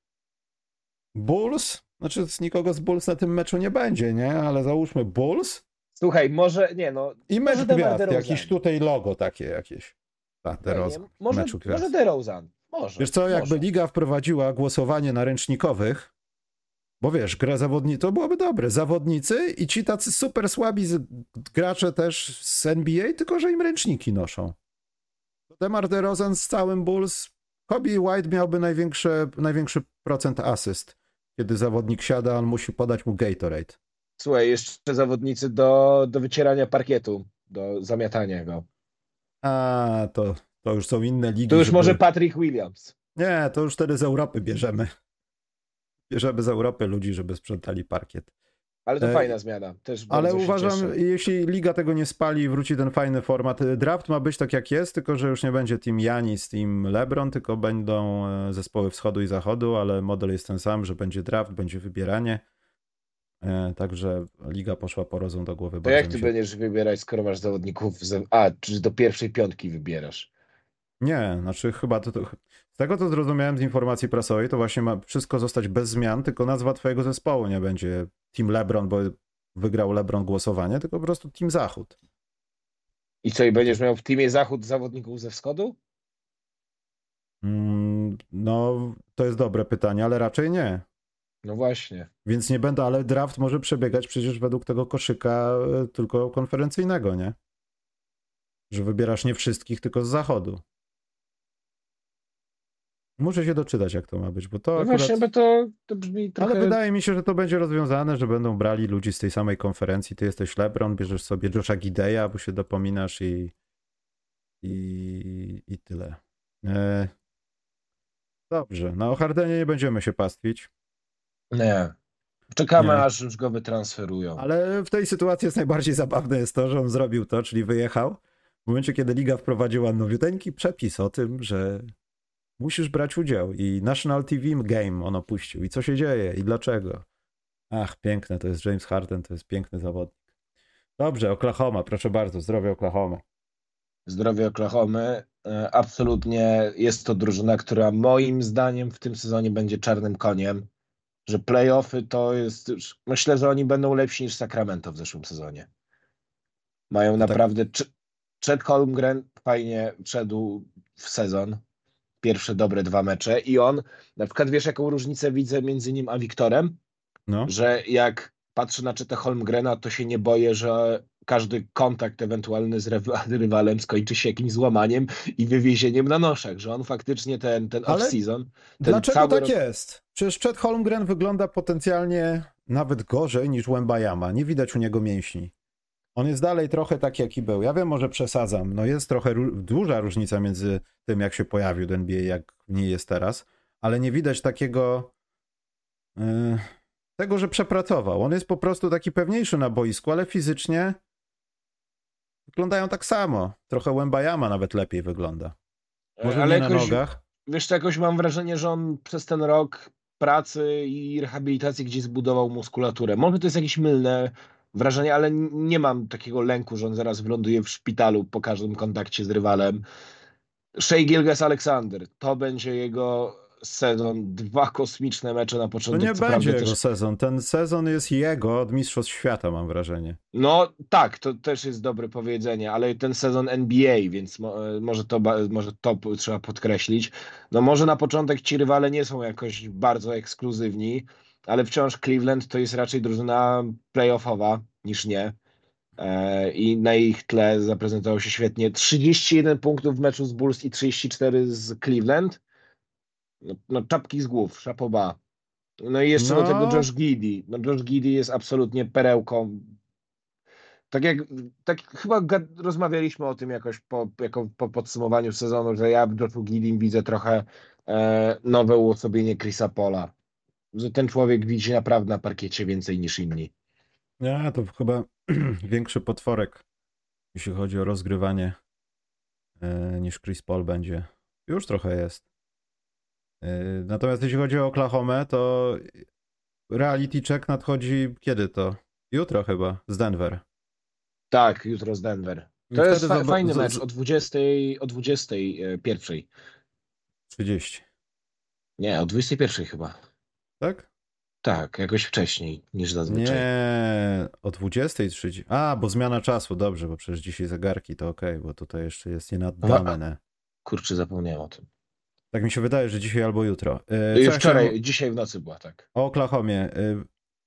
Bulls. Znaczy z nikogo z Bulls na tym meczu nie będzie, nie? Ale załóżmy Bulls. Słuchaj, może, nie no... I mecz może gwiazd, jakiś tutaj logo takie jakieś. Ta, DeRozan, może, meczu gwiazd. może DeRozan. Może. Wiesz co, jakby może. liga wprowadziła głosowanie na ręcznikowych, bo wiesz, gra zawodnicy, to byłoby dobre. Zawodnicy i ci tacy super słabi z, gracze też z N B A, tylko że im ręczniki noszą. DeMar DeRozan z całym Bulls, Kobe White miałby największy, największy procent asyst. Kiedy zawodnik siada, on musi podać mu Gatorade. Słuchaj, jeszcze zawodnicy do, do wycierania parkietu, do zamiatania go. A, to, to już są inne ligi. To już żeby... może Patrick Williams. Nie, to już wtedy z Europy bierzemy. Bierzemy z Europy ludzi, żeby sprzątali parkiet. Ale to e... fajna zmiana. Też Ale uważam, cieszę. jeśli liga tego nie spali i wróci ten fajny format, draft ma być tak jak jest, tylko że już nie będzie team Giannis, team LeBron, tylko będą zespoły wschodu i zachodu, ale model jest ten sam, że będzie draft, będzie wybieranie. Także liga poszła po rozum do głowy. To jak ty się... będziesz wybierać, skoro masz zawodników... Z... A, czy do pierwszej piątki wybierasz? Nie, znaczy chyba to, to... Z tego, co zrozumiałem z informacji prasowej, to właśnie ma wszystko zostać bez zmian, tylko nazwa twojego zespołu nie będzie Team LeBron, bo wygrał LeBron głosowanie, tylko po prostu Team Zachód. I co, i będziesz miał w teamie Zachód zawodników ze wschodu? Mm, no, to jest dobre pytanie, ale raczej nie. No właśnie. Więc nie będę, ale draft może przebiegać przecież według tego koszyka tylko konferencyjnego, nie? Że wybierasz nie wszystkich, tylko z zachodu. Muszę się doczytać, jak to ma być, bo to no akurat... właśnie, bo to, to brzmi trochę... Ale wydaje mi się, że to będzie rozwiązane, że będą brali ludzi z tej samej konferencji. Ty jesteś LeBron, bierzesz sobie Josha Gideya, bo się dopominasz i i, i tyle. E... Dobrze, no o Hardenie nie będziemy się pastwić. Nie. Czekamy, Nie. aż już go wytransferują. Ale w tej sytuacji jest najbardziej zabawne jest to, że on zrobił to, czyli wyjechał w momencie, kiedy liga wprowadziła nowiuteńki przepis o tym, że musisz brać udział i National T V Game on opuścił. I co się dzieje i dlaczego? Ach, piękne, to jest James Harden, to jest piękny zawodnik. Dobrze, Oklahoma, proszę bardzo, zdrowie Oklahoma. Zdrowie Oklahomy. Absolutnie jest to drużyna, która moim zdaniem w tym sezonie będzie czarnym koniem. Że playoffy to jest już... Myślę, że oni będą lepsi niż Sacramento w zeszłym sezonie. Mają to naprawdę... Tak... Chet Holmgren fajnie wszedł w sezon. Pierwsze dobre dwa mecze i on, na przykład wiesz jaką różnicę widzę między nim a Wiktorem? No. Że jak patrzę na Cheta Holmgrena, to się nie boję, że każdy kontakt ewentualny z rywa- rywalem skończy się jakimś złamaniem i wywiezieniem na noszach, że on faktycznie ten, ten Ale off-season, ten dlaczego cały tak rok... jest? Przecież Chet Holmgren wygląda potencjalnie nawet gorzej niż Wembanyama. Nie widać u niego mięśni. On jest dalej trochę tak, jaki był. Ja wiem, może przesadzam. No jest trochę ró- duża różnica między tym, jak się pojawił do N B A, jak nie jest teraz, ale nie widać takiego yy, tego, że przepracował. On jest po prostu taki pewniejszy na boisku, ale fizycznie wyglądają tak samo. Trochę Wembanyama nawet lepiej wygląda. Może Ale nie na jakoś, nogach. wiesz, to jakoś mam wrażenie, że on przez ten rok pracy i rehabilitacji gdzieś zbudował muskulaturę. Może to jest jakieś mylne wrażenie, ale n- nie mam takiego lęku, że on zaraz wyląduje w szpitalu po każdym kontakcie z rywalem. Shai Gilgeous-Alexander, to będzie jego sezon. Dwa kosmiczne mecze na To początek, nie co będzie prawda jego też... sezon. Ten sezon jest jego od Mistrzostw Świata, mam wrażenie. No tak, to też jest dobre powiedzenie, ale ten sezon N B A, więc mo, może to, ba- może to p- trzeba podkreślić. No może na początek ci rywale nie są jakoś bardzo ekskluzywni, ale wciąż Cleveland to jest raczej drużyna playoffowa niż nie. E, I na ich tle zaprezentował się świetnie. trzydzieści jeden punktów w meczu z Bulls i trzydzieści cztery z Cleveland. No, no czapki z głów, szapoba. No i jeszcze do tego No, Josh Giddey. No Josh Giddey jest absolutnie perełką. Tak jak tak chyba gad- rozmawialiśmy o tym jakoś po, jako po podsumowaniu sezonu, że ja w Joshu Giddey widzę trochę e, nowe uosobienie Chrisa Paula. Że ten człowiek widzi naprawdę na parkiecie więcej niż inni. ja to chyba większy potworek, jeśli chodzi o rozgrywanie, e, niż Chris Paul będzie. Już trochę jest. E, Natomiast jeśli chodzi o Oklahomę, to reality check nadchodzi kiedy to? Jutro chyba, z Denver. Tak, jutro z Denver. I To jest wtedy fa zob- fajny z- mecz z- o dwudziestej, o dwudziestej pierwszej. trzydzieści, Nie, o dwudziestej pierwszej chyba. tak? Tak, jakoś wcześniej niż zazwyczaj. Nie, o dwudziestej trzydzieści. A, bo zmiana czasu, dobrze, bo przecież dzisiaj zegarki to okej, bo tutaj jeszcze jest nienaddane. A, Ne? kurczę, zapomniałem o tym. Tak mi się wydaje, że dzisiaj albo jutro. E, Co I ja chciałem wczoraj, dzisiaj w nocy była, tak. o Oklahomie? E,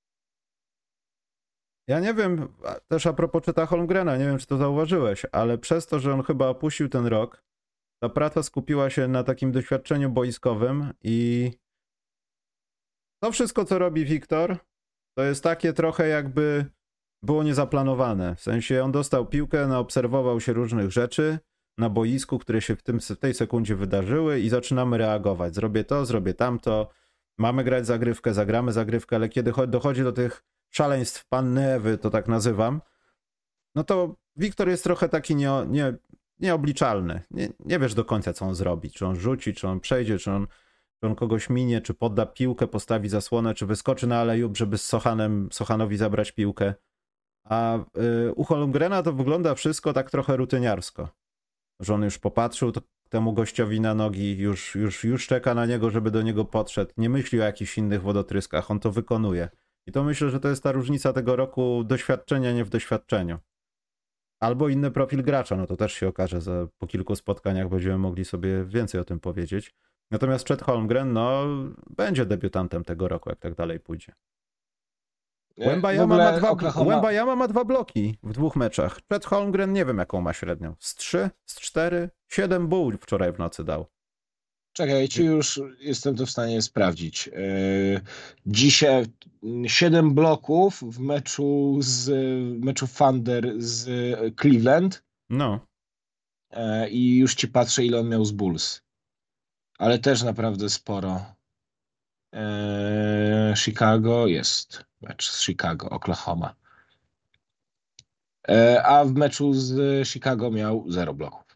Ja nie wiem, a- też a propos Cheta Holmgrena, nie wiem, czy to zauważyłeś, ale przez to, że on chyba opuścił ten rok, ta praca skupiła się na takim doświadczeniu boiskowym i to wszystko, co robi Wiktor, to jest takie trochę jakby było niezaplanowane. W sensie on dostał piłkę, naobserwował się różnych rzeczy na boisku, które się w, tym, w tej sekundzie wydarzyły i zaczynamy reagować. Zrobię to, zrobię tamto, mamy grać zagrywkę, zagramy zagrywkę, ale kiedy cho- dochodzi do tych szaleństw panny Ewy, to tak nazywam, no to Wiktor jest trochę taki nie, nie, nieobliczalny. Nie, nie wiesz do końca, co on zrobi. Czy on rzuci, czy on przejdzie, czy on, czy on kogoś minie, czy podda piłkę, postawi zasłonę, czy wyskoczy na alejub, żeby z Sochanem, Sochanowi zabrać piłkę. A y, u Holmgrena to wygląda wszystko tak trochę rutyniarsko. Że on już popatrzył to, temu gościowi na nogi, już, już, już czeka na niego, żeby do niego podszedł. Nie myśli o jakichś innych wodotryskach, on to wykonuje. I to myślę, że to jest ta różnica tego roku doświadczenia nie w doświadczeniu. Albo inny profil gracza, no to też się okaże, za po kilku spotkaniach będziemy mogli sobie więcej o tym powiedzieć. Natomiast Chet Holmgren, no, będzie debiutantem tego roku, jak tak dalej pójdzie. E, W Wembanyama ma ogóle dwa, Oklahoma... Wembanyama ma dwa bloki w dwóch meczach. Chet Holmgren nie wiem, jaką ma średnią. Z trzy, z cztery, siedem buł wczoraj w nocy dał. Czekaj, ci już jestem to w stanie sprawdzić. E, Dzisiaj siedem bloków w meczu z meczu Thunder z Cleveland No, e, i już ci patrzę, ile on miał z Bulls. Ale też naprawdę sporo. E, Chicago jest. Mecz z Chicago, Oklahoma. E, A w meczu z Chicago miał zero bloków.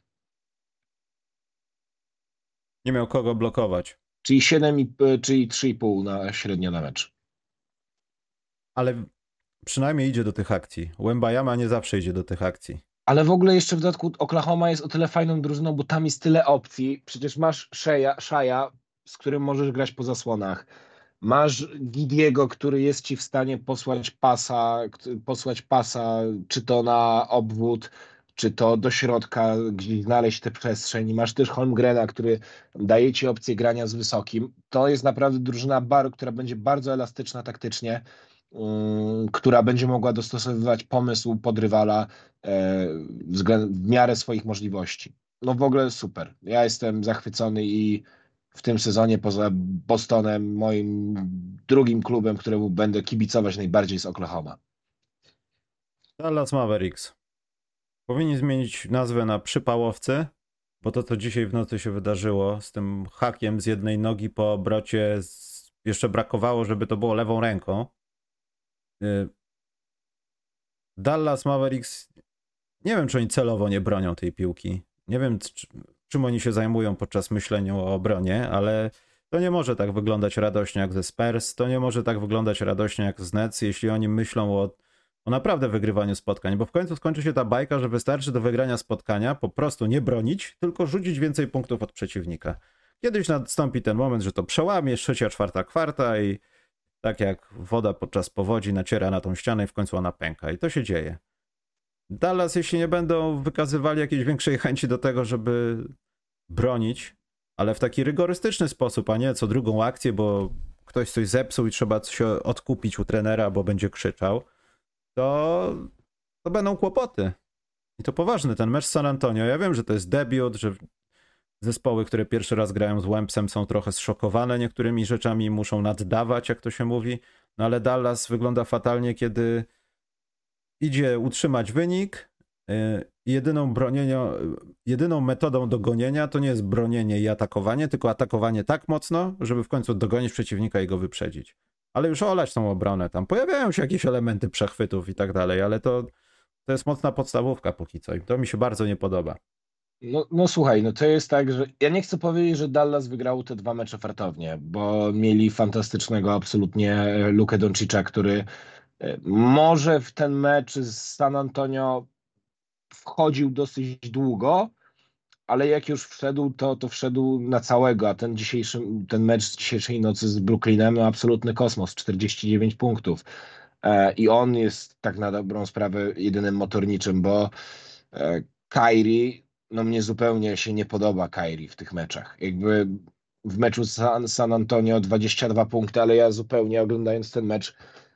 nie miał kogo blokować. Czyli siedem, i- czyli trzy i pół na średnio na mecz. Ale przynajmniej idzie do tych akcji. Wembanyama nie zawsze idzie do tych akcji. Ale w ogóle jeszcze w dodatku Oklahoma jest o tyle fajną drużyną, bo tam jest tyle opcji. Przecież masz Shaya, Shaya, z którym możesz grać po zasłonach. Masz Gidiego, który jest ci w stanie posłać pasa, posłać pasa, czy to na obwód, czy to do środka, gdzieś znaleźć tę przestrzeń. Masz też Holmgrena, który daje ci opcję grania z wysokim. To jest naprawdę drużyna, bar, która będzie bardzo elastyczna taktycznie, um, która będzie mogła dostosowywać pomysł pod rywala e, względ, w miarę swoich możliwości. No w ogóle super. Ja jestem zachwycony i w tym sezonie poza Bostonem moim drugim klubem, któremu będę kibicować najbardziej jest Oklahoma. Dallas Mavericks. Powinni zmienić nazwę na Przypałowcy, bo to, co dzisiaj w nocy się wydarzyło z tym hakiem z jednej nogi po obrocie, z... jeszcze brakowało, żeby to było lewą ręką. Dallas Mavericks, nie wiem, czy oni celowo nie bronią tej piłki. Nie wiem, czym oni się zajmują podczas myślenia o obronie, ale to nie może tak wyglądać radośnie jak ze Spurs, to nie może tak wyglądać radośnie jak z Nets, jeśli oni myślą o, o naprawdę wygrywaniu spotkań, bo w końcu skończy się ta bajka, że wystarczy do wygrania spotkania po prostu nie bronić, tylko rzucić więcej punktów od przeciwnika. Kiedyś nastąpi ten moment, że to przełamie, trzecia, czwarta kwarta i tak jak woda podczas powodzi naciera na tą ścianę i w końcu ona pęka. I to się dzieje. Dallas, jeśli nie będą wykazywali jakiejś większej chęci do tego, żeby bronić, ale w taki rygorystyczny sposób, a nie co drugą akcję, bo ktoś coś zepsuł i trzeba się odkupić u trenera, bo będzie krzyczał, to, to będą kłopoty. I to poważny ten mecz z San Antonio. Ja wiem, że to jest debiut, że zespoły, które pierwszy raz grają z Wempsem, są trochę zszokowane niektórymi rzeczami, muszą naddawać, jak to się mówi, no ale Dallas wygląda fatalnie, kiedy idzie utrzymać wynik. Jedyną, bronienio, jedyną metodą do gonienia to nie jest bronienie i atakowanie, tylko atakowanie tak mocno, żeby w końcu dogonić przeciwnika i go wyprzedzić. Ale już olać tą obronę. Tam pojawiają się jakieś elementy przechwytów i tak dalej, ale to, to jest mocna podstawówka póki co i to mi się bardzo nie podoba. No, no słuchaj, no to jest tak, że ja nie chcę powiedzieć, że Dallas wygrał te dwa mecze fartownie, bo mieli fantastycznego absolutnie Lukę Doncicza, który może w ten mecz z San Antonio wchodził dosyć długo, ale jak już wszedł, to, to wszedł na całego, a ten dzisiejszy, ten mecz z dzisiejszej nocy z Brooklynem, no absolutny kosmos, czterdzieści dziewięć punktów. E, I on jest tak na dobrą sprawę jedynym motorniczym, bo e, Kyrie, no mnie zupełnie się nie podoba Kyrie w tych meczach. Jakby w meczu San, San Antonio dwadzieścia dwa punkty, ale ja zupełnie oglądając ten mecz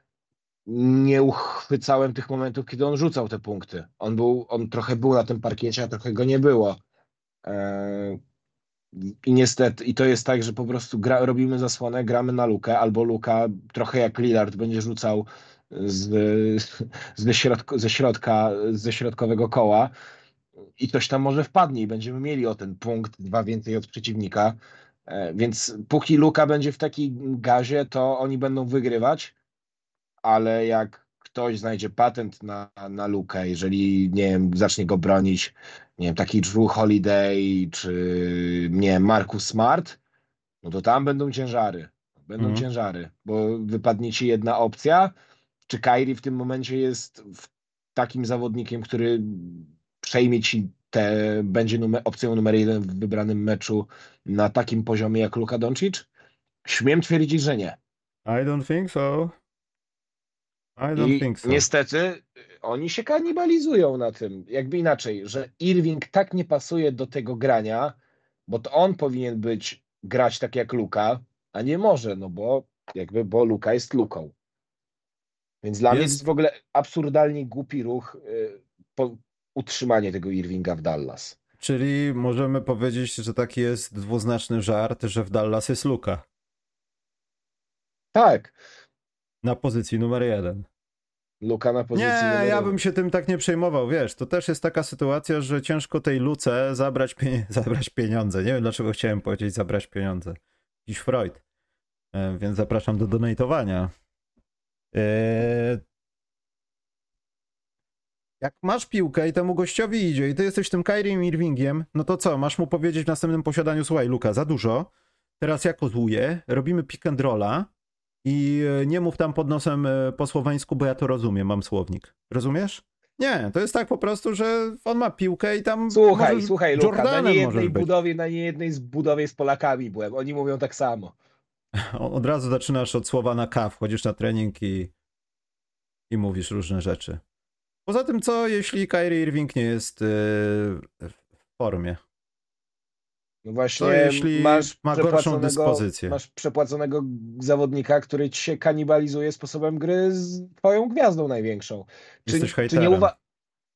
nie uchwycałem tych momentów, kiedy on rzucał te punkty. On był, on trochę był na tym parkiecie, a trochę go nie było. Eee, I niestety, i to jest tak, że po prostu gra, robimy zasłonę, gramy na Lukę, albo Luka trochę jak Lillard będzie rzucał z, z środka, ze środka, ze środkowego koła i coś tam może wpadnie i będziemy mieli o ten punkt, dwa więcej od przeciwnika. Eee, więc póki Luka będzie w takim gazie, to oni będą wygrywać, ale jak ktoś znajdzie patent na, na Lukę, jeżeli, nie wiem, zacznie go bronić, nie wiem, taki Drew Holiday, czy, nie wiem, Marcus Smart, no to tam będą ciężary. Będą Mhm. ciężary, bo wypadnie ci jedna opcja. Czy Kyrie w tym momencie jest takim zawodnikiem, który przejmie ci te, będzie numer, opcją numer jeden w wybranym meczu na takim poziomie jak Luka Doncic? Śmiem twierdzić, że nie. I don't think so. I don't I think so. niestety oni się kanibalizują na tym. Jakby inaczej, że Irving tak nie pasuje do tego grania, bo to on powinien być grać tak jak Luka, a nie może, no bo jakby, bo Luka jest Luką. Więc dla mnie to jest Jest, w ogóle absurdalnie głupi ruch y, po, utrzymanie tego Irvinga w Dallas. czyli możemy powiedzieć, że taki jest dwuznaczny żart, że w Dallas jest Luka Tak, na pozycji numer jeden. Luka na pozycji Nie, numer ja jeden. bym się tym tak nie przejmował, wiesz, to też jest taka sytuacja, że ciężko tej Luce zabrać, pie... zabrać pieniądze. Nie wiem, dlaczego chciałem powiedzieć zabrać pieniądze. Jakiś Freud. E, więc zapraszam do donatowania. E... Jak masz piłkę i temu gościowi idzie i ty jesteś tym Kyriem Irvingiem, no to co, masz mu powiedzieć w następnym posiadaniu, słuchaj Luka, za dużo, teraz ja kozłuję, robimy pick and rolla i nie mów tam pod nosem po słoweńsku, bo ja to rozumiem, mam słownik. Rozumiesz? Nie, to jest tak po prostu, że on ma piłkę i tam Słuchaj, możesz słuchaj, Luka, na Jordanem niejednej możesz być. budowie, na niejednej z budowie z Polakami byłem. Oni mówią tak samo. Od razu zaczynasz od słowa na K, wchodzisz na trening i, i mówisz różne rzeczy. Poza tym, co jeśli Kyrie Irving nie jest yy, w formie? No właśnie, Co jeśli masz ma gorszą przepłaconego, dyspozycję? masz przepłaconego zawodnika, który ci się kanibalizuje sposobem gry z twoją gwiazdą największą. Czy, Jesteś czy nie hejterem. uwa...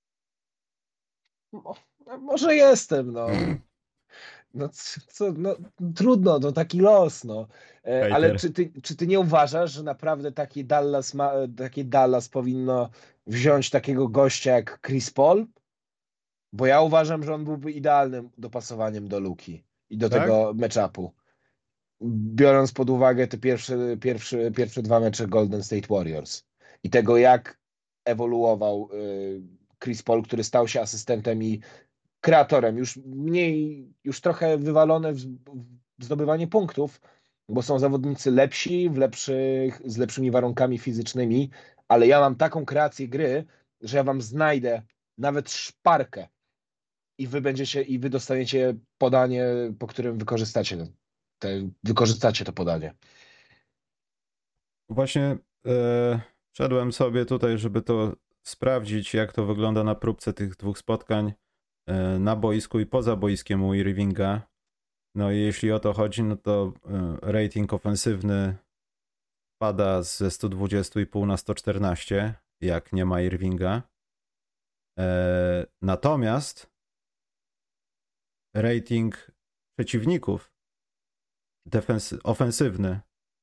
Mo- Może jestem, no. No, c- co, no, trudno, to taki los, no. E, Ale Hejter. czy ty, czy ty nie uważasz, że naprawdę taki Dallas, ma, taki Dallas powinno wziąć takiego gościa jak Chris Paul? Bo ja uważam, że on byłby idealnym dopasowaniem do Luki i do Tak? tego matchupu. Biorąc pod uwagę te pierwsze, pierwsze, pierwsze dwa mecze Golden State Warriors i tego, jak ewoluował y, Chris Paul, który stał się asystentem i kreatorem, już mniej, już trochę wywalone w w zdobywanie punktów, bo są zawodnicy lepsi, w lepszych, z lepszymi warunkami fizycznymi, ale ja mam taką kreację gry, że ja wam znajdę nawet szparkę i wy będziecie, i wy dostaniecie podanie, po którym wykorzystacie te, wykorzystacie to podanie. Właśnie e, szedłem sobie tutaj, żeby to sprawdzić, jak to wygląda na próbce tych dwóch spotkań e, na boisku i poza boiskiem u Irvinga. No i jeśli o to chodzi, no to e, rating ofensywny pada ze sto dwadzieścia i pół na sto czternaście, jak nie ma Irvinga. E, natomiast rating przeciwników defensy- ofensywny,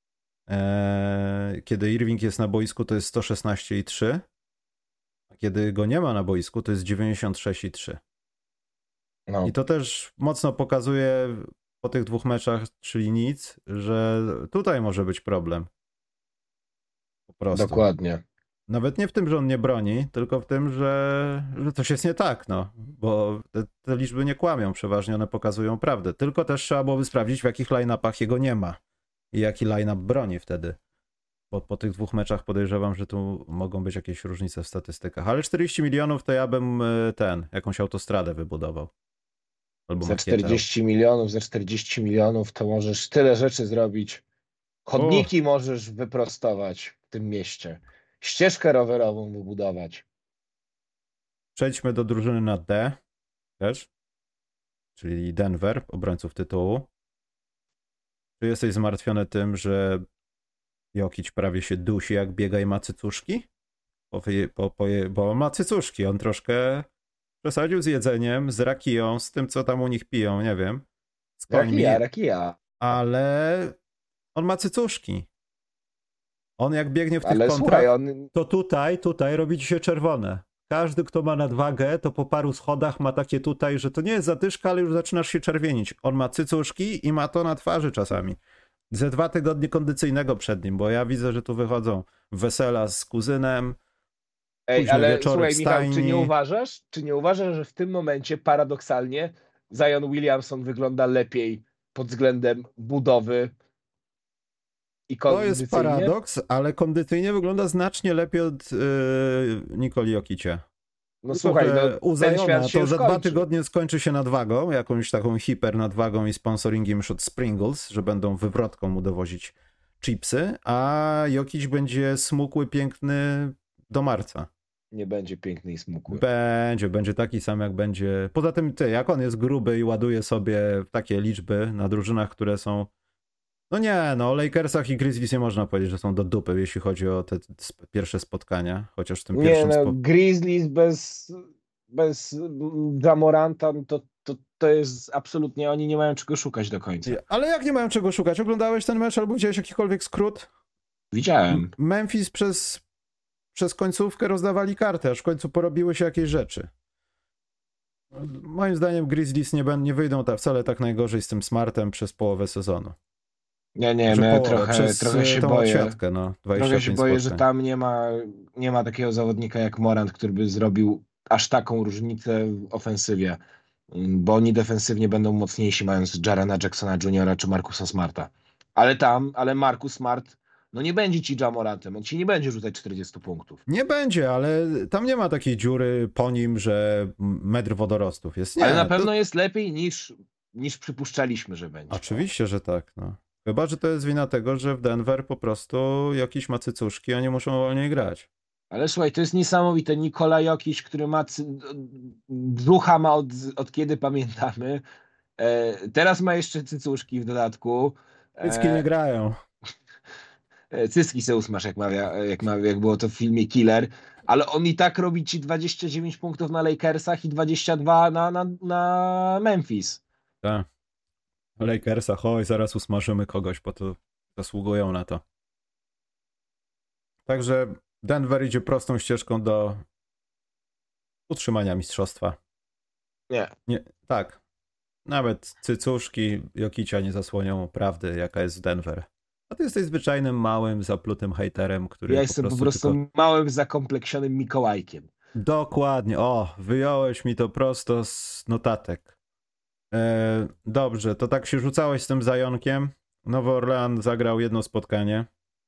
e, kiedy Irving jest na boisku, to jest sto szesnaście i trzy, a kiedy go nie ma na boisku, to jest dziewięćdziesiąt sześć i trzy. No, I to też mocno pokazuje po tych dwóch meczach, czyli nic, że tutaj może być problem. Po prostu. dokładnie. Nawet nie w tym, że on nie broni, tylko w tym, że, że coś jest nie tak, no. Bo te, te liczby nie kłamią, przeważnie one pokazują prawdę. Tylko też trzeba byłoby sprawdzić, w jakich line-upach jego nie ma i jaki line-up broni wtedy. Bo po tych dwóch meczach podejrzewam, że tu mogą być jakieś różnice w statystykach. Ale czterdzieści milionów to ja bym y, ten, jakąś autostradę wybudował. Albo Za makietę. czterdzieści milionów, za czterdzieści milionów to możesz tyle rzeczy zrobić. O, Chodniki możesz wyprostować w tym mieście. Ścieżkę rowerową wybudować. przejdźmy do drużyny na D też, czyli Denver, obrońców tytułu. Czy jesteś zmartwiony tym, że Jokić prawie się dusi, jak biega i ma cycuszki? Po, po, po, bo ma cycuszki, on troszkę przesadził z jedzeniem, z rakiją, z tym, co tam u nich piją, nie wiem, z końmi, Rakija, rakija. ale on ma cycuszki. On jak biegnie w tych Ale kontrach, słuchaj, on... to tutaj, tutaj robi ci się czerwone. Każdy, kto ma nadwagę, to po paru schodach ma takie tutaj, że to nie jest zadyszka, ale już zaczynasz się czerwienić. On ma cycuszki i ma to na twarzy czasami. Ze dwa tygodnie kondycyjnego przed nim, bo ja widzę, że tu wychodzą wesela z kuzynem, Ej, późne ale wieczory słuchaj, w Michał, czy stajni. nie uważasz, czy nie uważasz, że w tym momencie paradoksalnie Zion Williamson wygląda lepiej pod względem budowy i To jest kondycyjnie? paradoks, ale kondycyjnie wygląda znacznie lepiej od yy, Nikoli Jokicia. No Tylko, słuchaj, że no, u ten Ziona świat się to już za dwa kończy. tygodnie skończy się nadwagą, jakąś taką hiper nadwagą i sponsoringiem już od Springles, że będą wywrotką mu dowozić chipsy, a Jokic będzie smukły, piękny do marca. Nie będzie piękny i smukły. Będzie, będzie taki sam jak będzie. Poza tym ty, jak on jest gruby i ładuje sobie takie liczby na drużynach, które są no nie, no o Lakersach i Grizzlies nie można powiedzieć, że są do dupy, jeśli chodzi o te sp- pierwsze spotkania, chociaż w tym Nie pierwszym no, spo... Grizzlies bez, bez Jamoranta to, to, to jest absolutnie, oni nie mają czego szukać do końca. Ale jak nie mają czego szukać? Oglądałeś ten mecz albo widziałeś jakikolwiek skrót? Widziałem. M- Memphis przez, przez końcówkę rozdawali karty, aż w końcu porobiły się jakieś rzeczy. Moim zdaniem Grizzlies nie, ben, nie wyjdą ta, wcale tak najgorzej z tym Smartem przez połowę sezonu. Nie, nie, Że no ja połowę, trochę, przez trochę się tą boję. odsiadkę, no, dwadzieścia Trochę się pięć boję, spotkań. że tam nie ma, nie ma takiego zawodnika jak Morant, który by zrobił aż taką różnicę w ofensywie, bo oni defensywnie będą mocniejsi, mając Jarena Jacksona juniora czy Marcusa Smarta. Ale tam, ale Marcus Smart, no nie będzie ci Jamorantem, on ci nie będzie rzucać czterdzieści punktów. Nie będzie, ale tam nie ma takiej dziury po nim, że metr wodorostów jest. Nie, ale na to... pewno jest lepiej niż, niż przypuszczaliśmy, że będzie. Oczywiście, że tak. No. Chyba, że to jest wina tego, że w Denver po prostu jakiś ma cycuszki, oni muszą wolniej grać. Ale słuchaj, to jest niesamowite. Nikola Jokić, który ma cy... brzucha ma od, od kiedy pamiętamy. E, teraz ma jeszcze cycuszki w dodatku. Cycki nie E, grają. e, cycki se usmasz, jak, mawia, jak, ma, jak było to w filmie Killer. Ale on i tak robi ci dwadzieścia dziewięć punktów na Lakersach i dwadzieścia dwa na, na, na Memphis. Tak. Lakersa, oj, zaraz usmażymy kogoś, bo to zasługują na to. Także Denver idzie prostą ścieżką do utrzymania mistrzostwa. Nie. Nie, tak. Nawet cycuszki Jokicia nie zasłonią prawdy, jaka jest Denver. A ty jesteś zwyczajnym, małym, zaplutym hejterem, który Ja po jestem po prostu prostu tylko... małym, zakompleksionym Mikołajkiem. Dokładnie. O, wyjąłeś mi to prosto z notatek. E, dobrze, to tak się rzucałeś z tym Zionkiem. Nowy Orlean zagrał jedno spotkanie.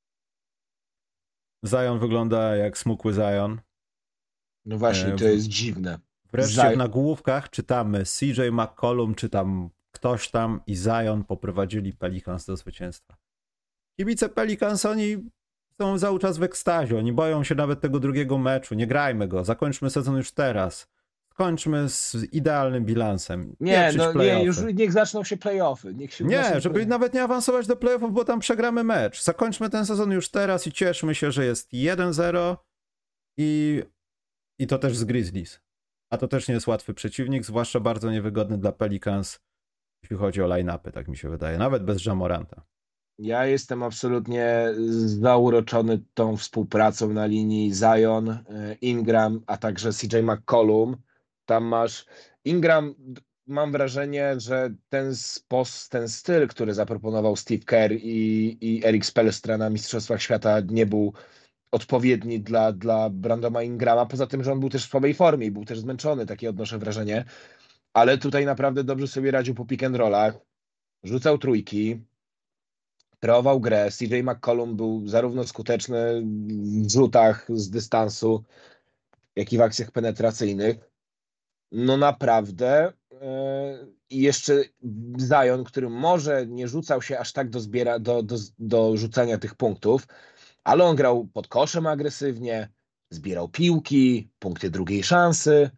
Zion wygląda jak smukły Zion. No właśnie, E, to w, jest dziwne. wreszcie w Zaj- nagłówkach czytamy C J McCollum, czy tam ktoś tam i Zion poprowadzili Pelicans do zwycięstwa. Kibice Pelicans, oni są cały czas w ekstazie. Oni boją się nawet tego drugiego meczu. Nie grajmy go. Zakończmy sezon już teraz. Skończmy z idealnym bilansem. Nie, Pieprzyć no nie, play-offy. już niech zaczną się playoffy. Niech się Nie, zaczną żeby play- nawet nie awansować do playoffów, bo tam przegramy mecz. Zakończmy ten sezon już teraz i cieszmy się, że jest jeden zero i, i to też z Grizzlies. A to też nie jest łatwy przeciwnik, zwłaszcza bardzo niewygodny dla Pelicans, jeśli chodzi o line-upy, tak mi się wydaje. Nawet bez Ja Moranta. Ja jestem absolutnie zauroczony tą współpracą na linii Zion, e, Ingram, a także C J McCollum. Tam masz Ingram, d- mam wrażenie, że ten, spos, ten styl, który zaproponował Steve Kerr i, i Eric Spoelstra na Mistrzostwach Świata nie był odpowiedni dla, dla Brandona Ingrama, poza tym, że on był też w słabej formie i był też zmęczony, takie odnoszę wrażenie, ale tutaj naprawdę dobrze sobie radził po pick and rollach, rzucał trójki, kreował grę. C J McCollum był zarówno skuteczny w rzutach z dystansu, jak i w akcjach penetracyjnych. No naprawdę. e, I jeszcze Zion, który może nie rzucał się aż tak do, zbiera, do, do, do rzucania tych punktów, ale on grał pod koszem agresywnie, zbierał piłki, punkty drugiej szansy.